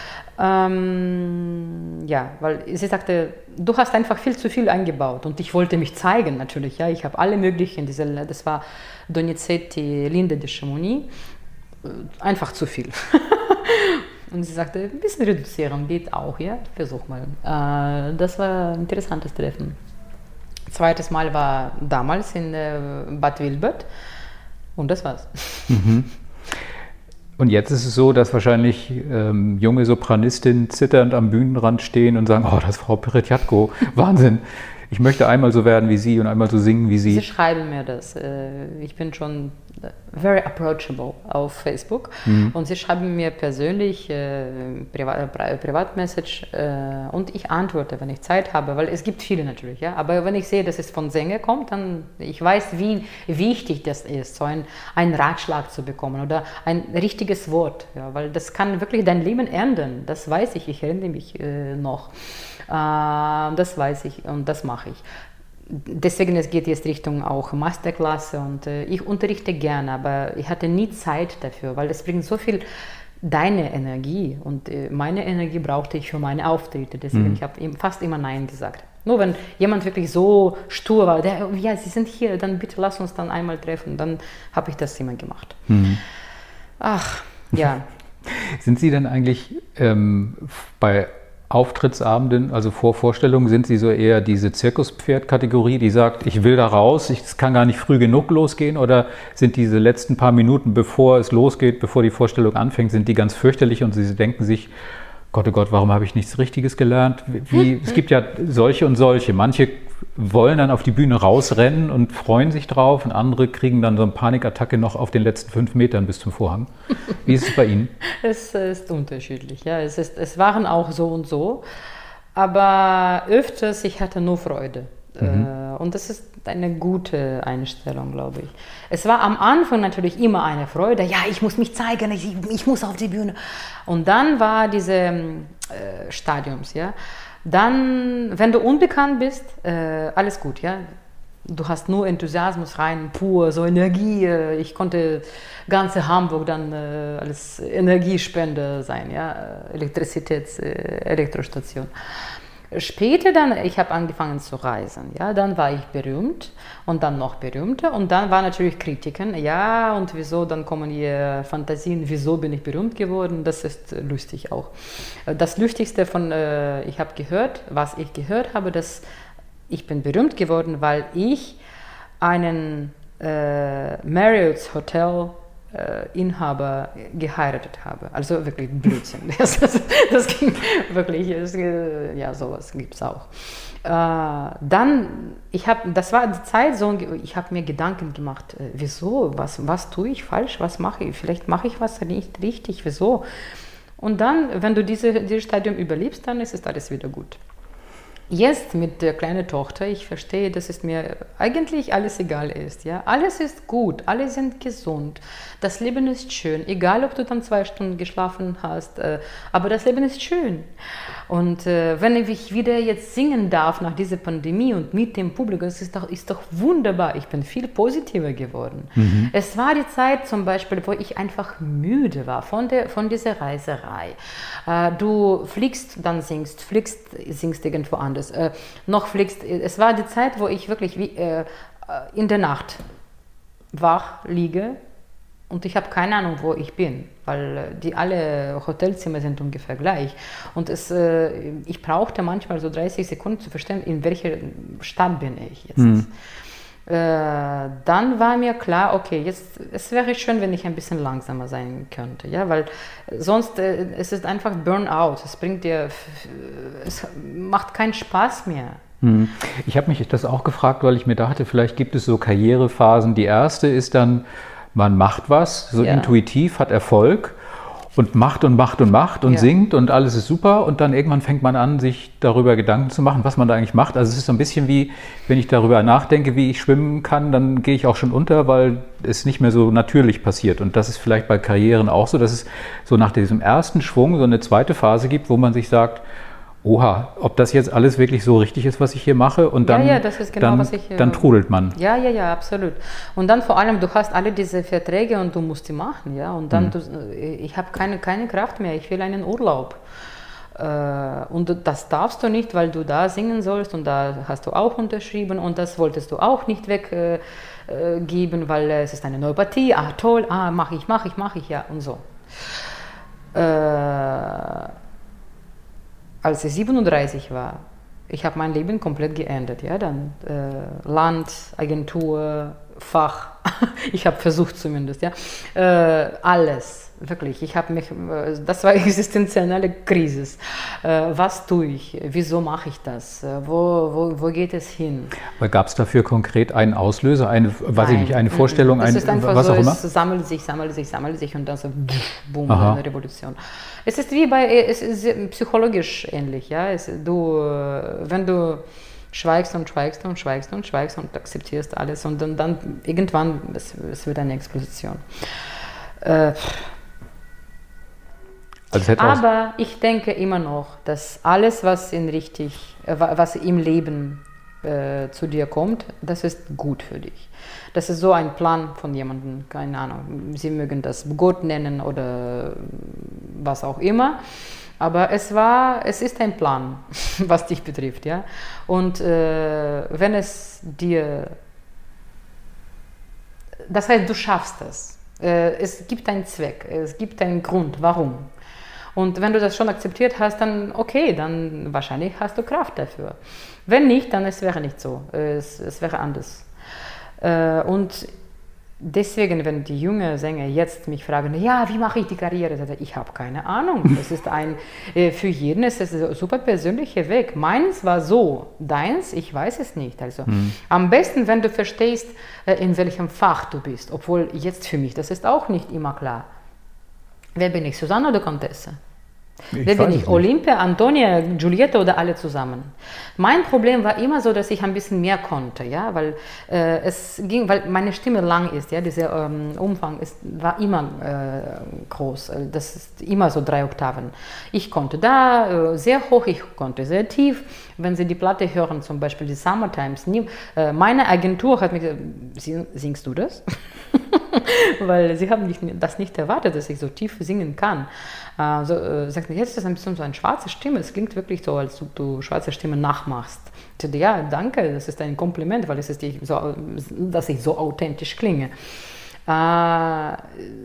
Ähm, ja, weil sie sagte, du hast einfach viel zu viel eingebaut und ich wollte mich zeigen natürlich, ja, ich habe alle möglichen, diese, das war Donizetti, Linde de Chamonix, einfach zu viel. Und sie sagte, ein bisschen reduzieren geht auch, ja, versuch mal. Äh, das war ein interessantes Treffen. Zweites Mal war damals in äh, Bad Vilbert und das war's. Mhm. Und jetzt ist es so, dass wahrscheinlich ähm, junge Sopranistinnen zitternd am Bühnenrand stehen und sagen, oh, das ist Frau Peretjatko, Wahnsinn. Ich möchte einmal so werden wie Sie und einmal so singen wie Sie. Sie schreiben mir das. Ich bin schon very approachable auf Facebook. Mhm. Und sie schreiben mir persönlich äh, Privat, Privatmessage äh, und ich antworte, wenn ich Zeit habe, weil es gibt viele natürlich. Ja? Aber wenn ich sehe, dass es von Sänger kommt, dann ich weiß, wie wichtig das ist, so ein, einen Ratschlag zu bekommen oder ein richtiges Wort. Ja? Weil das kann wirklich dein Leben ändern. Das weiß ich, ich erinnere mich äh, noch. Das weiß ich und das mache ich. Deswegen es geht jetzt Richtung auch Masterklasse und äh, ich unterrichte gerne, aber ich hatte nie Zeit dafür, weil das bringt so viel deine Energie und äh, meine Energie brauchte ich für meine Auftritte. Deswegen mhm. ich habe fast immer Nein gesagt. Nur wenn jemand wirklich so stur war, der, ja, Sie sind hier, dann bitte lass uns dann einmal treffen, dann habe ich das immer gemacht. Mhm. Ach, ja. Sind Sie denn eigentlich ähm, bei Auftrittsabenden, also vor Vorstellungen, sind Sie so eher diese Zirkuspferd-Kategorie, die sagt, ich will da raus, es kann gar nicht früh genug losgehen, oder sind diese letzten paar Minuten, bevor es losgeht, bevor die Vorstellung anfängt, sind die ganz fürchterlich und Sie denken sich, Gott, oh Gott, warum habe ich nichts Richtiges gelernt? Wie, es gibt ja solche und solche. Manche wollen dann auf die Bühne rausrennen und freuen sich drauf und andere kriegen dann so eine Panikattacke noch auf den letzten fünf Metern bis zum Vorhang. Wie ist es bei Ihnen? Es ist unterschiedlich, ja. Es, ist, es waren auch so und so, aber öfters, ich hatte nur Freude. Mhm. Und das ist eine gute Einstellung, glaube ich. Es war am Anfang natürlich immer eine Freude, ja, ich muss mich zeigen, ich, ich muss auf die Bühne. Und dann war diese äh, Stadiums, ja. Dann, wenn du unbekannt bist, äh, alles gut, ja. Du hast nur Enthusiasmus rein, pur, so Energie. Äh, ich konnte ganze Hamburg dann äh, als Energiespender sein, ja, Elektrizitäts-, äh, Elektrostation. Später dann, ich habe angefangen zu reisen, ja, dann war ich berühmt und dann noch berühmter und dann war natürlich Kritiken, ja, und wieso, dann kommen hier Fantasien, wieso bin ich berühmt geworden, das ist lustig auch. Das Lustigste von, äh, ich habe gehört, was ich gehört habe, dass ich bin berühmt geworden, weil ich einen äh, Marriott's Hotel Inhaber geheiratet habe. Also wirklich Blödsinn. Das, das, das ging wirklich, das, ja, sowas gibt es auch. Äh, dann, ich habe, das war die Zeit, so, ich habe mir Gedanken gemacht, äh, wieso, was, was tue ich falsch, was mache ich, vielleicht mache ich was nicht richtig, wieso. Und dann, wenn du diese, dieses Stadium überlebst, dann ist es alles wieder gut. Jetzt mit der kleinen Tochter, ich verstehe, dass es mir eigentlich alles egal ist. Ja? Alles ist gut, alle sind gesund, das Leben ist schön, egal ob du dann zwei Stunden geschlafen hast, äh, aber das Leben ist schön. Und äh, wenn ich wieder jetzt singen darf nach dieser Pandemie und mit dem Publikum, es ist doch, ist doch wunderbar, ich bin viel positiver geworden. Mhm. Es war die Zeit zum Beispiel, wo ich einfach müde war von, der, von dieser Reiserei. Äh, du fliegst, dann singst, fliegst, singst irgendwo anders. Äh, noch fliegst, es war die Zeit, wo ich wirklich wie, äh, in der Nacht wach liege und ich habe keine Ahnung, wo ich bin, weil die alle Hotelzimmer sind ungefähr gleich. Und es, äh, ich brauchte manchmal so dreißig Sekunden zu verstehen, in welcher Stadt bin ich jetzt. Mhm. Äh, dann war mir klar, okay, jetzt, es wäre schön, wenn ich ein bisschen langsamer sein könnte, ja, weil sonst äh, es ist einfach Burnout, es bringt dir, es macht keinen Spaß mehr. Hm. Ich habe mich das auch gefragt, weil ich mir dachte, vielleicht gibt es so Karrierephasen. Die erste ist dann, man macht was, so ja. intuitiv, hat Erfolg und macht und macht und macht und ja. singt und alles ist super und dann irgendwann fängt man an, sich darüber Gedanken zu machen, was man da eigentlich macht. Also es ist so ein bisschen wie, wenn ich darüber nachdenke, wie ich schwimmen kann, dann gehe ich auch schon unter, weil es nicht mehr so natürlich passiert. Und das ist vielleicht bei Karrieren auch so, dass es so nach diesem ersten Schwung so eine zweite Phase gibt, wo man sich sagt, Oha, ob das jetzt alles wirklich so richtig ist, was ich hier mache und dann, ja, ja, das ist genau, dann, was ich, dann trudelt man. Ja, ja, ja, absolut. Und dann vor allem, du hast alle diese Verträge und du musst die machen, ja. Und dann, mhm. du, ich habe keine, keine Kraft mehr, ich will einen Urlaub. Und das darfst du nicht, weil du da singen sollst und da hast du auch unterschrieben und das wolltest du auch nicht weggeben, weil es ist eine neue Partie, ah toll, ah mache ich, mache ich, mache ich, ja und so. Äh, als ich siebenunddreißig war, ich habe mein Leben komplett geändert, ja, dann äh, Land, Agentur, Fach, ich habe versucht zumindest, ja, äh, alles, wirklich, ich habe mich, äh, das war existenzielle Krise, äh, was tue ich, wieso mache ich das, äh, wo, wo, wo geht es hin? Aber gab es dafür konkret einen Auslöser, eine, weiß ich nicht, eine Vorstellung, das ein, ist einfach was so, auch immer? Es sammelt sich, sammelt sich, sammelt sich und dann so, boom, eine Revolution. Es ist wie bei, es ist psychologisch ähnlich, ja, es, du, wenn du schweigst und schweigst und schweigst und schweigst und akzeptierst alles und dann, dann irgendwann, es, es wird eine Explosion. Äh, also aber ich denke immer noch, dass alles, was in richtig, äh, was im Leben äh, zu dir kommt, das ist gut für dich. Das ist so ein Plan von jemandem, keine Ahnung, Sie mögen das Gott nennen oder was auch immer. Aber es war, es ist ein Plan, was dich betrifft, ja. Und äh, wenn es dir, das heißt, du schaffst es. Äh, es gibt einen Zweck, es gibt einen Grund, warum. Und wenn du das schon akzeptiert hast, dann okay, dann wahrscheinlich hast du Kraft dafür. Wenn nicht, dann es wäre nicht so, es, es wäre anders. Äh, und deswegen, wenn die jungen Sänger jetzt mich fragen, ja, wie mache ich die Karriere? Ich habe keine Ahnung. Es ist ein, für jeden ist es ein super persönlicher Weg. Meins war so, deins, ich weiß es nicht. Also mhm. am besten, wenn du verstehst, in welchem Fach du bist. Obwohl jetzt für mich, das ist auch nicht immer klar. Wer bin ich, Susanne oder Contessa? Ich Wer bin ich? Olympia, Antonia, Giulietta oder alle zusammen? Mein Problem war immer so, dass ich ein bisschen mehr konnte, ja, weil äh, es ging, weil meine Stimme lang ist, ja, dieser ähm, Umfang ist, war immer äh, groß. Das ist immer so drei Oktaven. Ich konnte da äh, sehr hoch, ich konnte sehr tief. Wenn Sie die Platte hören, zum Beispiel die Summertimes, nie, äh, meine Agentur hat mir gesagt, singst du das? Weil sie haben nicht, das nicht erwartet, dass ich so tief singen kann. Also äh, sagt mir, jetzt ist das ein bisschen so eine schwarze Stimme. Es klingt wirklich so, als ob du schwarze Stimme nachmachst. Ich dachte, ja, danke, das ist ein Kompliment, weil es ist nicht so, dass ich so authentisch klinge. Äh,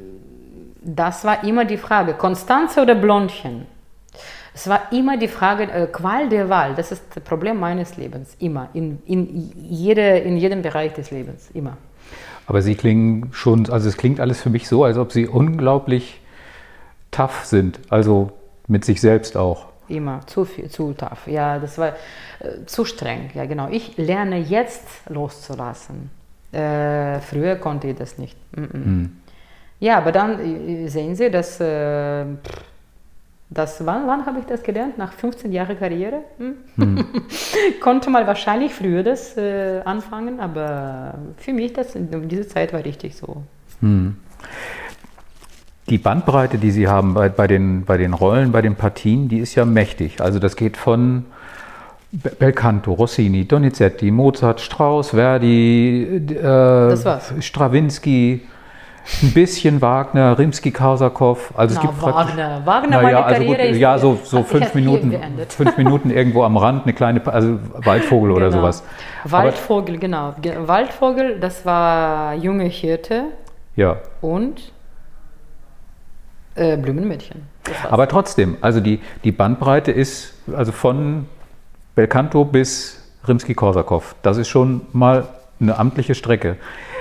das war immer die Frage, Konstanze oder Blondchen? Es war immer die Frage, äh, Qual der Wahl. Das ist das Problem meines Lebens, immer, in, in, jede, in jedem Bereich des Lebens, immer. Aber Sie klingen schon, also es klingt alles für mich so, als ob Sie unglaublich tough sind, also mit sich selbst auch. Immer, zu viel, zu tough. Ja, das war äh, zu streng, ja genau. Ich lerne jetzt loszulassen. Äh, früher konnte ich das nicht. Mm -mm. Hm. Ja, aber dann äh, sehen Sie, dass, äh, das, wann, wann habe ich das gelernt? Nach fünfzehn Jahren Karriere? Hm? Hm. Konnte mal wahrscheinlich früher das äh, anfangen, aber für mich, das, diese Zeit war richtig so. Hm. Die Bandbreite, die Sie haben bei, bei, den, bei den Rollen, bei den Partien, die ist ja mächtig. Also das geht von Belcanto, Rossini, Donizetti, Mozart, Strauss, Verdi, äh, Stravinsky, ein bisschen Wagner, Rimsky-Korsakow. Also no, es gibt Wagner, Wagner, na, meine ja, also Karriere gut, ist, ja, so, so fünf Minuten, fünf Minuten irgendwo am Rand, eine kleine, also Waldvogel genau. oder sowas. Waldvogel, Aber, genau. Waldvogel, das war Junge Hirte ja. und äh, Blumenmädchen. Aber trotzdem, also die, die Bandbreite ist also von Belcanto bis Rimsky-Korsakow. Das ist schon mal eine amtliche Strecke.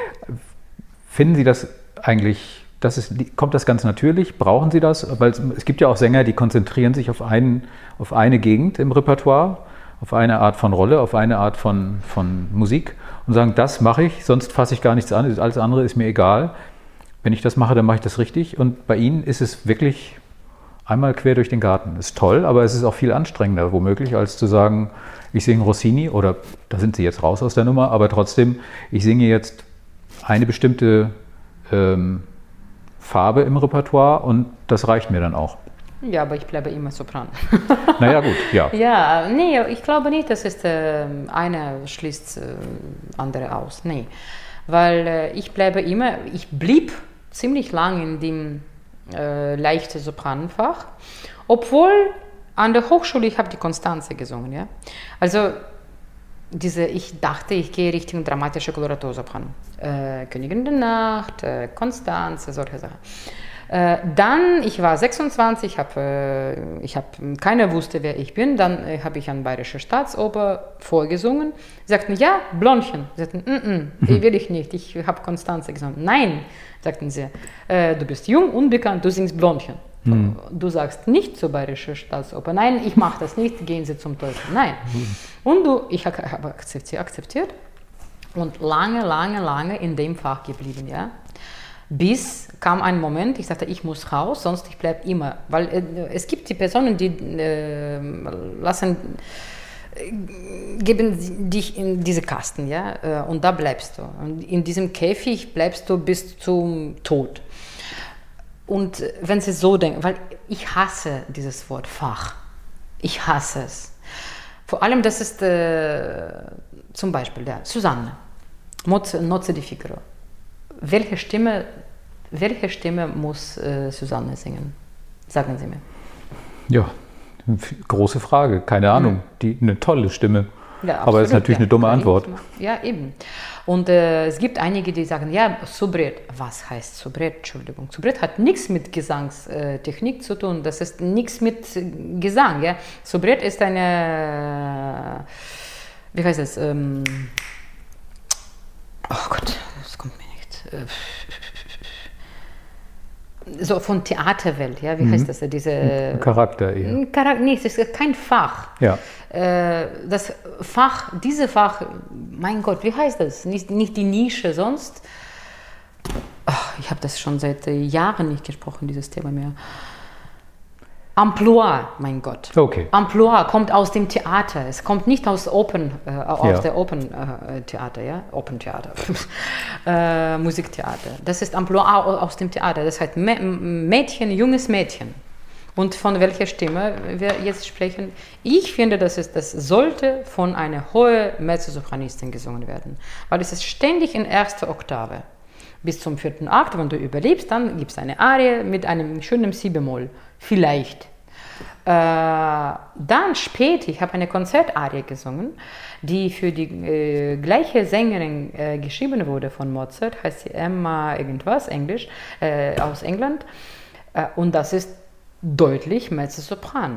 Finden Sie das eigentlich, das ist, kommt das ganz natürlich? Brauchen Sie das? Weil es, es gibt ja auch Sänger, die konzentrieren sich auf, einen, auf eine Gegend im Repertoire, auf eine Art von Rolle, auf eine Art von, von Musik und sagen, das mache ich, sonst fasse ich gar nichts an, alles andere ist mir egal. Wenn ich das mache, dann mache ich das richtig. Und bei Ihnen ist es wirklich einmal quer durch den Garten. Ist toll, aber es ist auch viel anstrengender womöglich, als zu sagen, ich singe Rossini oder, da sind Sie jetzt raus aus der Nummer, aber trotzdem, ich singe jetzt eine bestimmte ähm, Farbe im Repertoire und das reicht mir dann auch. Ja, aber ich bleibe immer Sopran. Naja, gut, ja. Ja, nee, ich glaube nicht, dass es äh, eine schließt äh, andere aus. Nee, weil äh, ich bleibe immer, ich blieb ziemlich lang in dem äh, leichten Sopranenfach, obwohl an der Hochschule, ich habe die Constanze gesungen, ja. Also diese, ich dachte, ich gehe Richtung dramatische Koloratursopran. Äh, Königin der Nacht, äh, Constanze, solche Sachen. Äh, dann, ich war sechsundzwanzig, hab, äh, ich habe, keiner wusste, wer ich bin. Dann äh, habe ich an Bayerische Staatsoper vorgesungen. Sie sagten, ja, Blondchen. Sie sagten, mm -mm, will ich nicht, ich habe Constanze gesungen. Nein, sagten sie, äh, du bist jung, unbekannt, du singst Blondchen. Hm. Du sagst nicht zur Bayerische Staatsoper, nein, ich mache das nicht, gehen Sie zum Teufel. Nein. Hm. Und du, ich habe akzeptiert, akzeptiert und lange, lange, lange in dem Fach geblieben, ja. Bis kam ein Moment, ich sagte, ich muss raus, sonst ich bleibe immer. Weil äh, es gibt die Personen, die äh, lassen, äh, geben dich in diese Kasten, ja, äh, und da bleibst du. Und in diesem Käfig bleibst du bis zum Tod. Und wenn sie so denken, weil ich hasse dieses Wort Fach. Ich hasse es. Vor allem, das ist äh, zum Beispiel der Susanne, Nozze di Figaro. Welche Stimme, welche Stimme muss äh, Susanne singen? Sagen Sie mir. Ja, große Frage, keine Ahnung. Mhm. Die, eine tolle Stimme. Ja, aber es ist natürlich ja, eine dumme Antwort. Ja, eben. Und äh, es gibt einige, die sagen, ja, Soubrette. Was heißt Soubrette? Entschuldigung. Soubrette hat nichts mit Gesangstechnik zu tun. Das ist nichts mit Gesang. Ja? Soubrette ist eine, wie heißt es? Ähm, oh Gott, das kommt mir nicht. So von Theaterwelt, ja, wie mhm. heißt das? Diese Charakter eher. Charakter, nee, es ist kein Fach. Ja. Das Fach, diese Fach, mein Gott, wie heißt das? Nicht, nicht die Nische, sonst. Ach, ich habe das schon seit Jahren nicht gesprochen, dieses Thema mehr. Amplua, mein Gott. Okay. Amplua kommt aus dem Theater. Es kommt nicht aus Open, äh, aus ja. der Open äh, Theater, ja, Open Theater, äh, Musiktheater. Das ist Amplua aus dem Theater. Das heißt Mädchen, junges Mädchen. Und von welcher Stimme wir jetzt sprechen? Ich finde, dass es das sollte von einer hohen Mezzosopranistin gesungen werden, weil es ist ständig in erster Oktave. Bis zum vierten Akt, wenn du überlebst, dann gibt es eine Arie mit einem schönen Si-Bemol. Vielleicht. Äh, dann später, ich habe eine Konzertarie gesungen, die für die äh, gleiche Sängerin äh, geschrieben wurde von Mozart, heißt sie Emma irgendwas, Englisch, äh, aus England. Äh, und das ist deutlich Mezzosopran.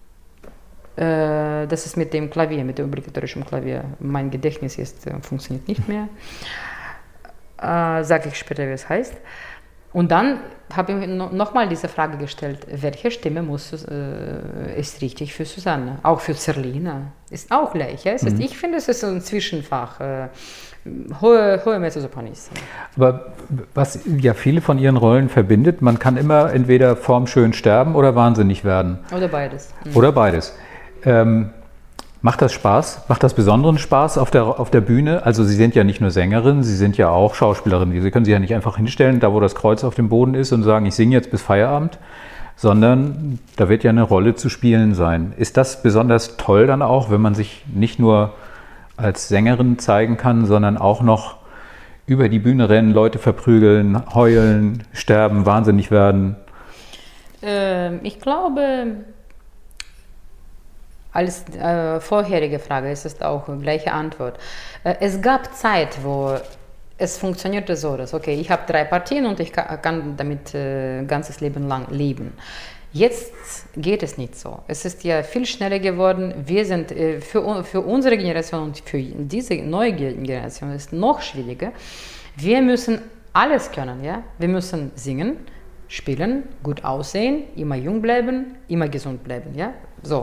Äh, das ist mit dem Klavier, mit dem obligatorischen Klavier. Mein Gedächtnis jetzt äh, funktioniert nicht mehr. Äh, sage ich später, wie es heißt. Und dann habe ich nochmal diese Frage gestellt, welche Stimme muss, äh, ist richtig für Susanne? Auch für Zerlina. Ist auch gleich. Ja? Es ist, mhm. Ich finde, es ist so ein Zwischenfach. Äh, hohe hohe Mezzosopranistin. Aber was ja viele von ihren Rollen verbindet, man kann immer entweder formschön sterben oder wahnsinnig werden. Oder beides. Mhm. Oder beides. Ähm, Macht das Spaß? Macht das besonderen Spaß auf der, auf der Bühne? Also Sie sind ja nicht nur Sängerin, Sie sind ja auch Schauspielerin. Sie können sich ja nicht einfach hinstellen, da wo das Kreuz auf dem Boden ist und sagen, ich singe jetzt bis Feierabend, sondern da wird ja eine Rolle zu spielen sein. Ist das besonders toll dann auch, wenn man sich nicht nur als Sängerin zeigen kann, sondern auch noch über die Bühne rennen, Leute verprügeln, heulen, sterben, wahnsinnig werden? Ähm, ich glaube... Als äh, vorherige Frage ist es auch die gleiche Antwort. Äh, es gab Zeit, wo es funktionierte so, dass, okay, ich habe drei Partien und ich kann, kann damit äh, ganzes Leben lang leben. Jetzt geht es nicht so. Es ist ja viel schneller geworden. Wir sind äh, für, für unsere Generation und für diese neue Generation ist es noch schwieriger. Wir müssen alles können, ja. Wir müssen singen, spielen, gut aussehen, immer jung bleiben, immer gesund bleiben, ja. So.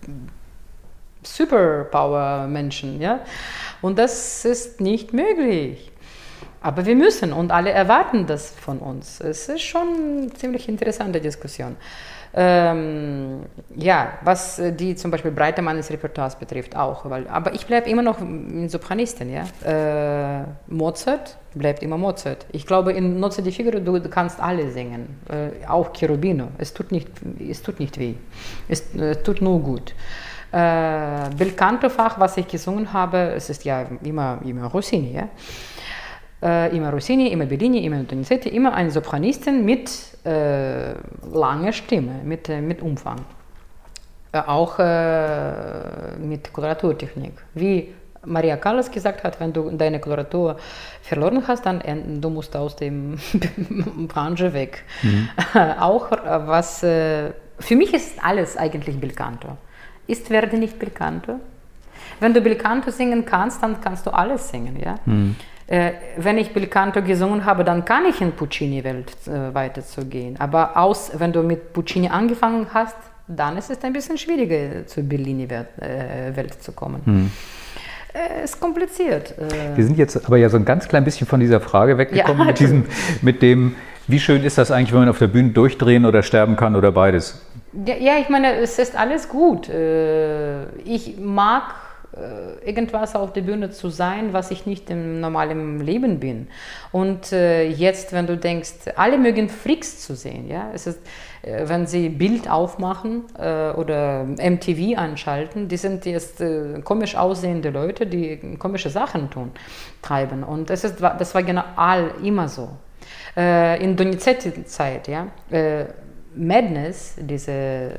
Superpower-Menschen, ja. Und das ist nicht möglich. Aber wir müssen und alle erwarten das von uns. Es ist schon eine ziemlich interessante Diskussion. Ähm, ja, was die zum Beispiel Breitemanns Repertoires betrifft auch. Weil, aber ich bleibe immer noch in Sopranistin. Ja? Äh, Mozart bleibt immer Mozart. Ich glaube, in Nozze di Figaro du, du kannst alle singen, äh, auch Cherubino. Es tut nicht, es tut nicht weh, es äh, tut nur gut. Äh, Belcanto-Fach, was ich gesungen habe, es ist ja immer, immer Rossini. Ja? Äh, immer Rossini, immer Bellini, immer Donizetti, immer eine Sopranistin mit äh, langer Stimme, mit, äh, mit Umfang. Äh, auch äh, mit Koloraturtechnik. Wie Maria Callas gesagt hat, wenn du deine Koloratur verloren hast, dann äh, du musst aus dem Branche weg. Mhm. Auch was, äh, für mich ist alles eigentlich Belcanto. Ist Verdi nicht Belcanto? Wenn du Belcanto singen kannst, dann kannst du alles singen, ja? Mhm. Äh, wenn ich Belcanto gesungen habe, dann kann ich in Puccini-Welt äh, weiterzugehen. Aber aus, wenn du mit Puccini angefangen hast, dann ist es ein bisschen schwieriger, zur Bellini-Welt äh, Welt zu kommen. Hm. Äh, ist kompliziert. Äh. Wir sind jetzt aber ja so ein ganz klein bisschen von dieser Frage weggekommen, ja. mit, diesem, mit dem, wie schön ist das eigentlich, wenn man auf der Bühne durchdrehen oder sterben kann oder beides? Ja, ja, ich meine, es ist alles gut. Äh, ich mag irgendwas auf der Bühne zu sein, was ich nicht im normalen Leben bin. Und äh, jetzt, wenn du denkst, alle mögen Freaks zu sehen, ja, es ist, äh, wenn sie Bild aufmachen äh, oder M T V anschalten, die sind jetzt äh, komisch aussehende Leute, die komische Sachen tun, treiben. Und das, ist, das war genau all, immer so. Äh, in Donizetti-Zeit, ja, äh, Madness, diese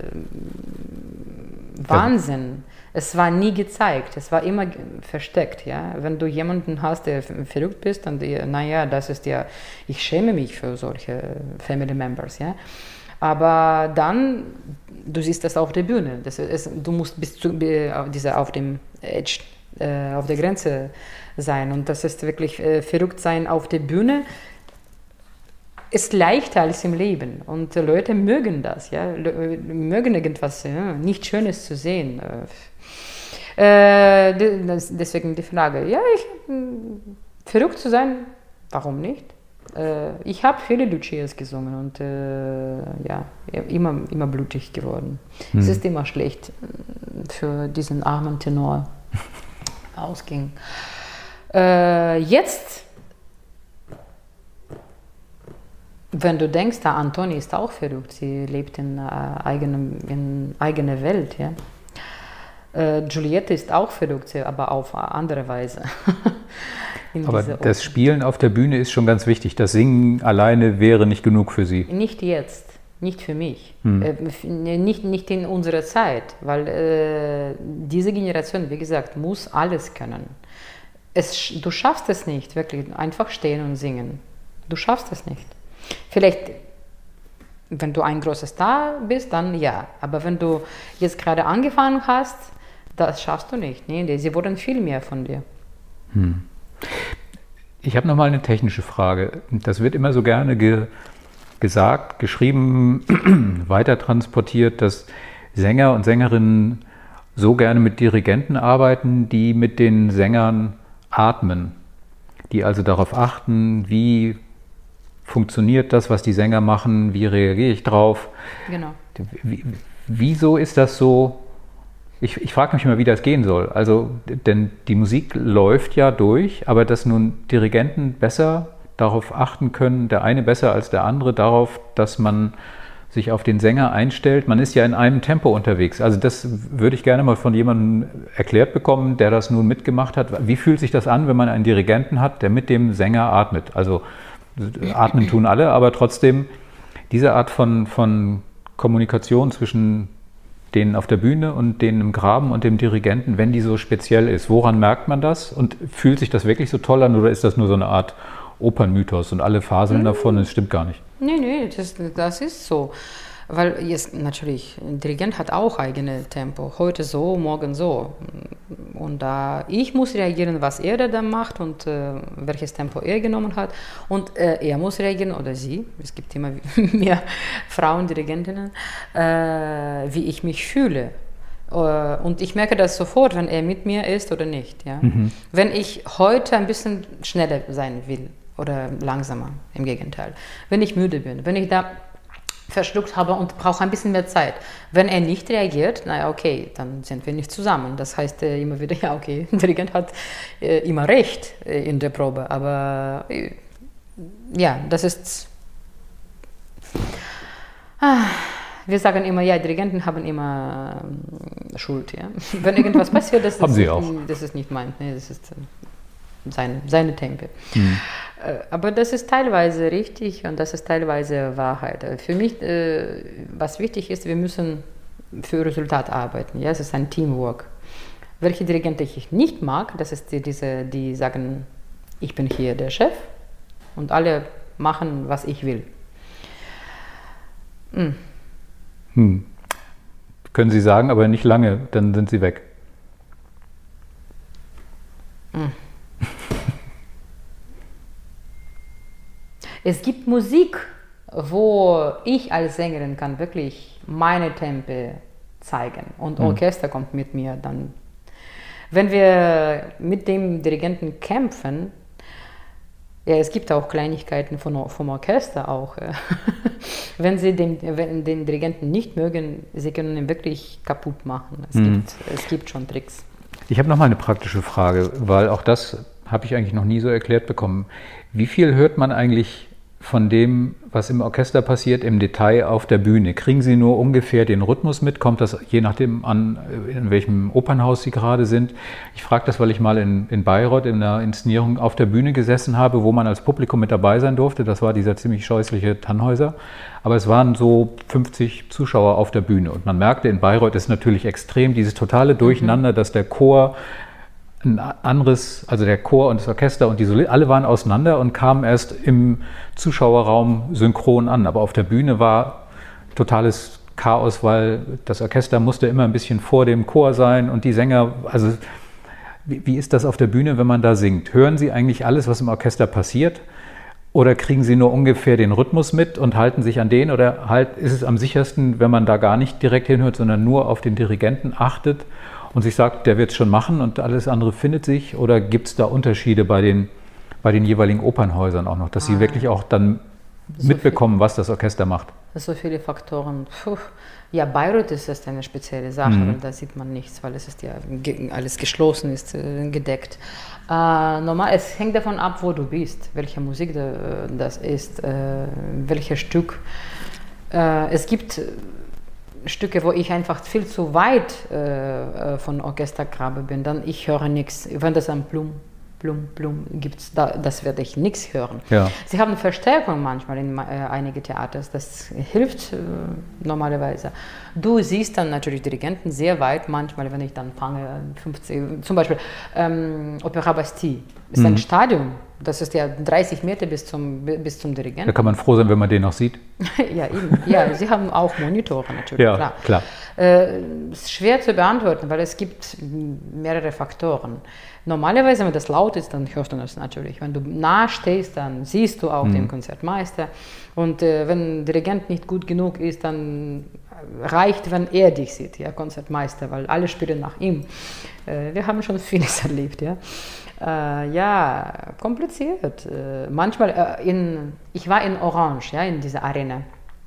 Wahnsinn, es war nie gezeigt, es war immer versteckt. Ja? Wenn du jemanden hast, der verrückt bist, dann, naja, das ist ja, ich schäme mich für solche Family Members. Ja? Aber dann, du siehst das auf der Bühne, das ist, du musst bis zu dieser, auf dem Edge, äh, auf der Grenze sein. Und das ist wirklich äh, verrückt sein auf der Bühne. Ist leichter als im Leben und äh, Leute mögen das, ja, Le mögen irgendwas ja, nicht Schönes zu sehen. Äh, das, deswegen die Frage, ja, ich, verrückt zu sein, warum nicht? Äh, ich habe viele Lucias gesungen und äh, ja, immer, immer blutig geworden. Hm. Es ist immer schlecht für diesen armen Tenor ausging. Äh, jetzt wenn du denkst, da Antoni ist auch verrückt, sie lebt in, äh, eigenem, in eigener Welt. Ja? Äh, Giulietta ist auch verrückt, aber auf andere Weise. Aber das Spielen auf der Bühne ist schon ganz wichtig. Das Singen alleine wäre nicht genug für Sie. Nicht jetzt, nicht für mich. Hm. Äh, nicht, nicht in unserer Zeit, weil äh, diese Generation, wie gesagt, muss alles können. Es, du schaffst es nicht, wirklich einfach stehen und singen. Du schaffst es nicht. Vielleicht, wenn du ein großer Star bist, dann ja. Aber wenn du jetzt gerade angefangen hast, das schaffst du nicht. Nee, sie wollen viel mehr von dir. Hm. Ich habe nochmal eine technische Frage. Das wird immer so gerne ge gesagt, geschrieben, weitertransportiert, dass Sänger und Sängerinnen so gerne mit Dirigenten arbeiten, die mit den Sängern atmen. Die also darauf achten, wie funktioniert das, was die Sänger machen, wie reagiere ich drauf? Genau. Wie, wieso ist das so? Ich, ich frage mich immer, wie das gehen soll. Also, denn die Musik läuft ja durch, aber dass nun Dirigenten besser darauf achten können, der eine besser als der andere, darauf, dass man sich auf den Sänger einstellt. Man ist ja in einem Tempo unterwegs. Also das würde ich gerne mal von jemandem erklärt bekommen, der das nun mitgemacht hat. Wie fühlt sich das an, wenn man einen Dirigenten hat, der mit dem Sänger atmet? Also atmen tun alle, aber trotzdem diese Art von, von Kommunikation zwischen denen auf der Bühne und denen im Graben und dem Dirigenten, wenn die so speziell ist, woran merkt man das? Und fühlt sich das wirklich so toll an oder ist das nur so eine Art Opernmythos und alle faseln mhm. davon, das stimmt gar nicht? Nee, nee, das, das ist so. Weil jetzt natürlich, ein Dirigent hat auch eigene Tempo. Heute so, morgen so. Und da ich muss reagieren, was er da macht und äh, welches Tempo er genommen hat. Und äh, er muss reagieren, oder sie, es gibt immer mehr Frauen-Dirigentinnen, äh, wie ich mich fühle. Uh, und ich merke das sofort, wenn er mit mir ist oder nicht. Ja? Mhm. Wenn ich heute ein bisschen schneller sein will oder langsamer, im Gegenteil. Wenn ich müde bin, wenn ich da verschluckt habe und brauche ein bisschen mehr Zeit. Wenn er nicht reagiert, naja, okay, dann sind wir nicht zusammen. Das heißt äh, immer wieder, ja, okay, der Dirigent hat äh, immer recht äh, in der Probe, aber äh, ja, das ist, ah, wir sagen immer, ja, Dirigenten haben immer äh, Schuld, ja. Wenn irgendwas passiert, das, haben ist, Sie auch. das ist nicht mein, nee, das ist äh, seine, seine Tempe. Mhm. Aber das ist teilweise richtig und das ist teilweise Wahrheit. Für mich, äh, was wichtig ist, wir müssen für Resultat arbeiten. Ja, es ist ein Teamwork. Welche Dirigenten ich nicht mag, das ist die, diese, die sagen, ich bin hier der Chef und alle machen, was ich will. Hm. Hm. Können Sie sagen, aber nicht lange, dann sind Sie weg. Hm. Es gibt Musik, wo ich als Sängerin kann wirklich meine Tempe zeigen und Mhm. Orchester kommt mit mir dann. Wenn wir mit dem Dirigenten kämpfen, ja, es gibt auch Kleinigkeiten von, vom Orchester auch. Wenn sie den, wenn den Dirigenten nicht mögen, sie können ihn wirklich kaputt machen. Es, Mhm. gibt, es gibt schon Tricks. Ich habe noch mal eine praktische Frage, weil auch das habe ich eigentlich noch nie so erklärt bekommen. Wie viel hört man eigentlich von dem, was im Orchester passiert, im Detail auf der Bühne? Kriegen Sie nur ungefähr den Rhythmus mit? Kommt das je nachdem an, in welchem Opernhaus Sie gerade sind? Ich frage das, weil ich mal in, in Bayreuth in einer Inszenierung auf der Bühne gesessen habe, wo man als Publikum mit dabei sein durfte. Das war dieser ziemlich scheußliche Tannhäuser. Aber es waren so fünfzig Zuschauer auf der Bühne. Und man merkte, in Bayreuth ist natürlich extrem dieses totale Durcheinander, mhm. dass der Chor ein anderes, also der Chor und das Orchester und die Solisten, alle waren auseinander und kamen erst im Zuschauerraum synchron an. Aber auf der Bühne war totales Chaos, weil das Orchester musste immer ein bisschen vor dem Chor sein und die Sänger, also wie, wie ist das auf der Bühne, wenn man da singt? Hören Sie eigentlich alles, was im Orchester passiert? Oder kriegen Sie nur ungefähr den Rhythmus mit und halten sich an den? Oder halt ist es am sichersten, wenn man da gar nicht direkt hinhört, sondern nur auf den Dirigenten achtet und sich sagt, der wird es schon machen und alles andere findet sich? Oder gibt es da Unterschiede bei den, bei den jeweiligen Opernhäusern auch noch, dass ah, Sie wirklich auch dann so mitbekommen, viel, was das Orchester macht? So viele Faktoren. Puh. Ja, Bayreuth ist das eine spezielle Sache, mhm. weil da sieht man nichts, weil es ist ja alles geschlossen ist, gedeckt. Äh, normal, es hängt davon ab, wo du bist, welche Musik das ist, äh, welches Stück. Äh, es gibt Stücke, wo ich einfach viel zu weit äh, von Orchestergrabe bin, dann ich höre nichts. Wenn das ein Blum, Blum, Blum gibt, da, das werde ich nichts hören. Ja. Sie haben Verstärkung manchmal in äh, einigen Theaters, das hilft äh, normalerweise. Du siehst dann natürlich Dirigenten sehr weit, manchmal, wenn ich dann fange, fünfzig, zum Beispiel ähm, Opéra Bastille, ist mhm. ein Stadion. Das ist ja dreißig Meter bis zum, bis zum Dirigenten. Da kann man froh sein, wenn man den noch sieht. ja, eben. Ja, sie haben auch Monitore natürlich, ja, klar. klar. Äh, ist schwer zu beantworten, weil es gibt mehrere Faktoren. Normalerweise, wenn das laut ist, dann hörst du das natürlich. Wenn du nah stehst, dann siehst du auch mhm. den Konzertmeister. Und äh, wenn der Dirigent nicht gut genug ist, dann reicht, wenn er dich sieht, ja, Konzertmeister, weil alle spielen nach ihm. Äh, wir haben schon vieles erlebt, ja. Äh, ja, kompliziert. Äh, manchmal, äh, in, ich war in Orange, ja, in dieser Arena.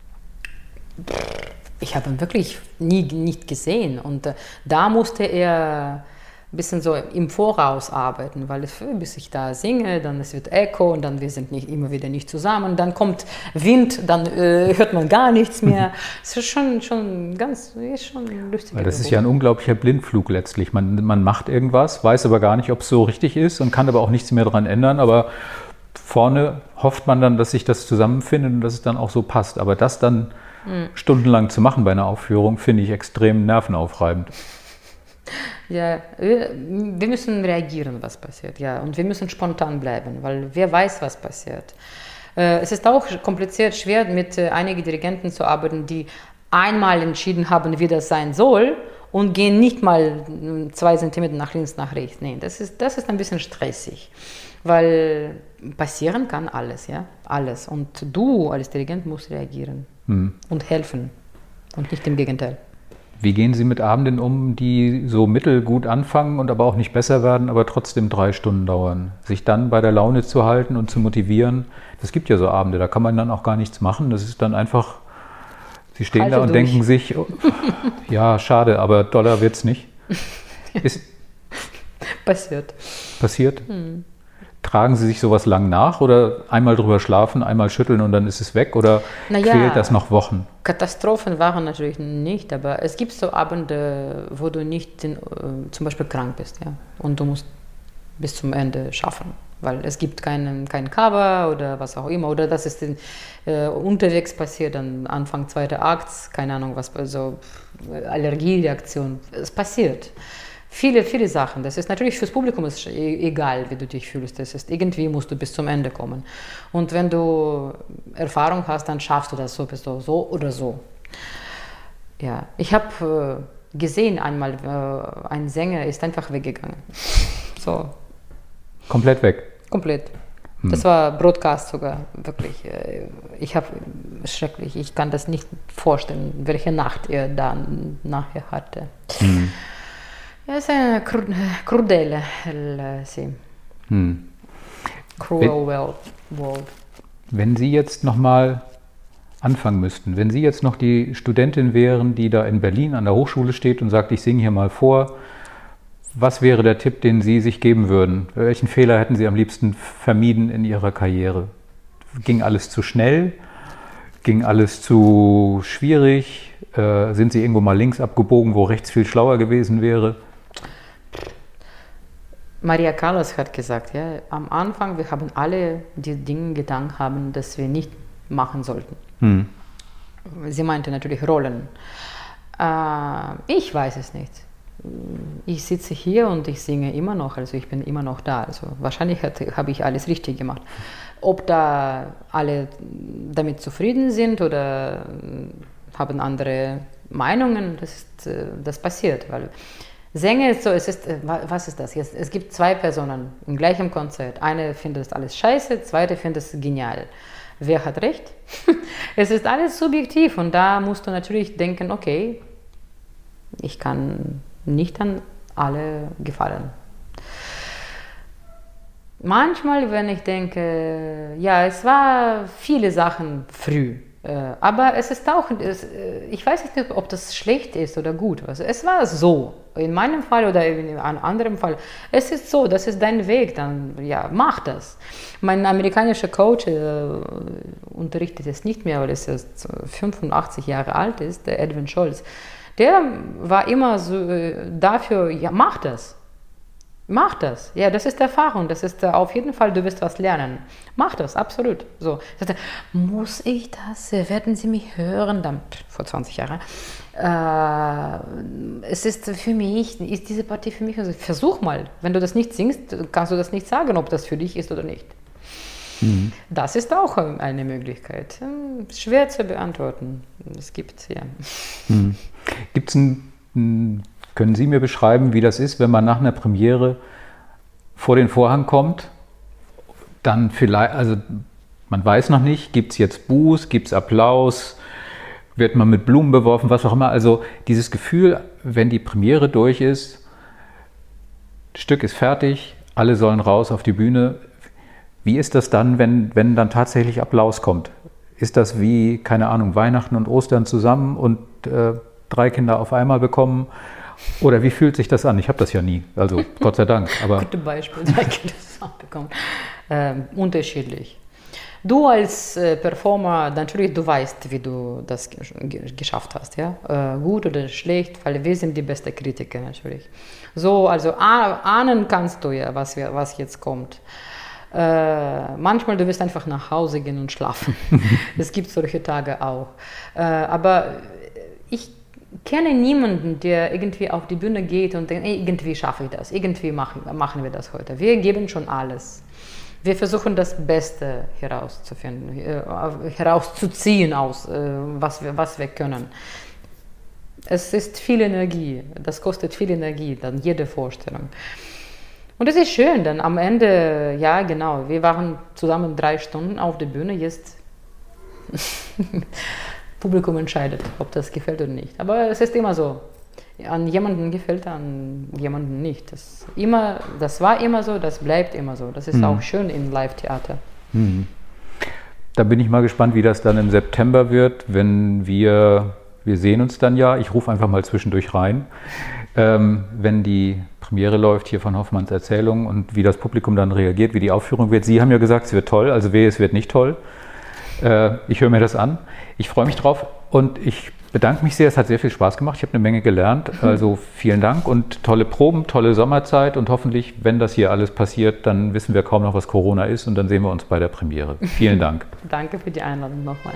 Ich habe ihn wirklich nie nicht gesehen und äh, da musste er ein bisschen so im Voraus arbeiten, weil es, bis ich da singe, dann es wird Echo und dann wir sind nicht immer wieder nicht zusammen, dann kommt Wind, dann äh, hört man gar nichts mehr. Es ist schon, schon ganz, ist schon lustig. Weil das ist ja ein unglaublicher Blindflug letztlich. Man, man macht irgendwas, weiß aber gar nicht, ob es so richtig ist und kann aber auch nichts mehr daran ändern, aber vorne hofft man dann, dass sich das zusammenfindet und dass es dann auch so passt. Aber das dann mhm. stundenlang zu machen bei einer Aufführung, finde ich extrem nervenaufreibend. Ja, wir, wir müssen reagieren, was passiert, ja, und wir müssen spontan bleiben, weil wer weiß, was passiert. Äh, es ist auch kompliziert, schwer mit äh, einigen Dirigenten zu arbeiten, die einmal entschieden haben, wie das sein soll und gehen nicht mal zwei Zentimeter nach links, nach rechts. Nein, das ist, das ist ein bisschen stressig, weil passieren kann alles, ja, alles. Und du als Dirigent musst reagieren hm. und helfen und nicht im Gegenteil. Wie gehen Sie mit Abenden um, die so mittelgut anfangen und aber auch nicht besser werden, aber trotzdem drei Stunden dauern? Sich dann bei der Laune zu halten und zu motivieren, das gibt ja so Abende, da kann man dann auch gar nichts machen. Das ist dann einfach Sie stehen Halte da und durch. denken sich, oh, ja, schade, aber Dollar wird's nicht. Ist Passiert. passiert? Hm. Tragen Sie sich sowas lang nach oder einmal drüber schlafen, einmal schütteln und dann ist es weg oder Naja. quält das noch Wochen? Katastrophen waren natürlich nicht, aber es gibt so Abende, wo du nicht den, äh, zum Beispiel krank bist, ja, und du musst bis zum Ende schaffen, weil es gibt keinen kein Cover oder was auch immer, oder das ist in, äh, unterwegs passiert, dann Anfang zweiter Akt, keine Ahnung was, also Allergiereaktion, es passiert. Viele, viele Sachen. Das ist natürlich fürs Publikum ist e- egal, wie du dich fühlst. Das ist, irgendwie musst du bis zum Ende kommen. Und wenn du Erfahrung hast, dann schaffst du das sowieso, so oder so. Ja, ich habe äh, gesehen einmal, äh, ein Sänger ist einfach weggegangen. So, Komplett weg. komplett. Das war Broadcast sogar, wirklich. Äh, Ich habe, schrecklich, ich kann das nicht vorstellen, welche Nacht er da nachher hatte. Hm. Ja, es ist eine cru- crudele, il- sì. Hm. Cruel world. world. Wenn Sie jetzt nochmal anfangen müssten, wenn Sie jetzt noch die Studentin wären, die da in Berlin an der Hochschule steht und sagt, ich singe hier mal vor, was wäre der Tipp, den Sie sich geben würden? Welchen Fehler hätten Sie am liebsten vermieden in Ihrer Karriere? Ging alles zu schnell? Ging alles zu schwierig? Äh, sind Sie irgendwo mal links abgebogen, wo rechts viel schlauer gewesen wäre? Maria Callas hat gesagt, ja, am Anfang, wir haben alle die Dinge getan haben, dass wir nicht machen sollten. Hm. Sie meinte natürlich Rollen. Äh, ich weiß es nicht. Ich sitze hier und ich singe immer noch, also ich bin immer noch da. Also wahrscheinlich hat- habe ich alles richtig gemacht. Ob da alle damit zufrieden sind oder haben andere Meinungen, das, ist, äh, das passiert. Weil Sänger ist so, es ist, äh, wa- was ist das jetzt? Es gibt zwei Personen im gleichen Konzert. Eine findet es alles scheiße, zweite findet es genial. Wer hat recht? Es ist alles subjektiv und da musst du natürlich denken, okay, ich kann nicht an alle gefallen. Manchmal, wenn ich denke, ja, es war viele Sachen früh, äh, aber es ist auch, es, äh, ich weiß nicht, ob das schlecht ist oder gut. Also es war so, in meinem Fall oder in einem anderen Fall. Es ist so, das ist dein Weg, dann ja, mach das. Mein amerikanischer Coach äh, unterrichtet es nicht mehr, weil er jetzt fünfundachtzig Jahre alt ist, der Edwin Scholz. Der war immer so äh, dafür, ja, mach das. Mach das. Ja, das ist Erfahrung. Das ist äh, auf jeden Fall, du wirst was lernen. Mach das, absolut. So. Ich sagte, muss ich das? Werden Sie mich hören? Dann, pff, vor zwanzig Jahren. Äh, es ist für mich, ist diese Partie für mich, also versuch mal. Wenn du das nicht singst, kannst du das nicht sagen, ob das für dich ist oder nicht. Mhm. Das ist auch eine Möglichkeit. Schwer zu beantworten. Es gibt, ja. Mhm. Gibt's ein, können Sie mir beschreiben, wie das ist, wenn man nach einer Premiere vor den Vorhang kommt, dann vielleicht, also man weiß noch nicht, gibt es jetzt Buß, gibt es Applaus, wird man mit Blumen beworfen, was auch immer. Also dieses Gefühl, wenn die Premiere durch ist, das Stück ist fertig, alle sollen raus auf die Bühne. Wie ist das dann, wenn, wenn dann tatsächlich Applaus kommt? Ist das wie, keine Ahnung, Weihnachten und Ostern zusammen und äh, drei Kinder auf einmal bekommen? Oder wie fühlt sich das an? Ich habe das ja nie, also Gott sei Dank. Aber gute Beispiel, drei Kinder zusammenbekommen. Ähm, unterschiedlich. Du als äh, Performer, natürlich, du weißt, wie du das ge- geschafft hast, ja? Äh, gut oder schlecht, weil wir sind die besten Kritiker natürlich. So, also ah, ahnen kannst du ja, was, wir, was jetzt kommt. Äh, manchmal du wirst einfach nach Hause gehen und schlafen. Es gibt solche Tage auch. Äh, aber ich kenne niemanden, der irgendwie auf die Bühne geht und denkt, ey, irgendwie schaffe ich das, irgendwie machen, machen wir das heute. Wir geben schon alles. Wir versuchen das Beste herauszufinden, äh, herauszuziehen aus, äh, was wir, was wir können. Es ist viel Energie, das kostet viel Energie, dann jede Vorstellung. Und es ist schön, dann am Ende, ja genau, wir waren zusammen drei Stunden auf der Bühne, jetzt Publikum entscheidet, ob das gefällt oder nicht. Aber es ist immer so, an jemanden gefällt, an jemanden nicht. Das, immer, das war immer so, das bleibt immer so. Das ist mhm. auch schön im Live-Theater. Mhm. Da bin ich mal gespannt, wie das dann im September wird, wenn wir, wir sehen uns dann ja, ich rufe einfach mal zwischendurch rein, ähm, wenn die Premiere läuft hier von Hoffmanns Erzählung und wie das Publikum dann reagiert, wie die Aufführung wird. Sie haben ja gesagt, es wird toll, also wehe, es wird nicht toll. Äh, ich höre mir das an, ich freue mich drauf und ich bedanke mich sehr, es hat sehr viel Spaß gemacht, ich habe eine Menge gelernt, also vielen Dank und tolle Proben, tolle Sommerzeit und hoffentlich, wenn das hier alles passiert, dann wissen wir kaum noch, was Corona ist und dann sehen wir uns bei der Premiere. Vielen Dank. Danke für die Einladung nochmal.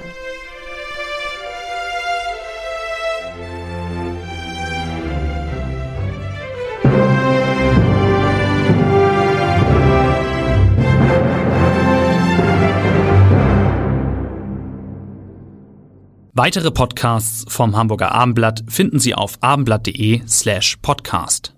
Weitere Podcasts vom Hamburger Abendblatt finden Sie auf abendblatt punkt de slash podcast.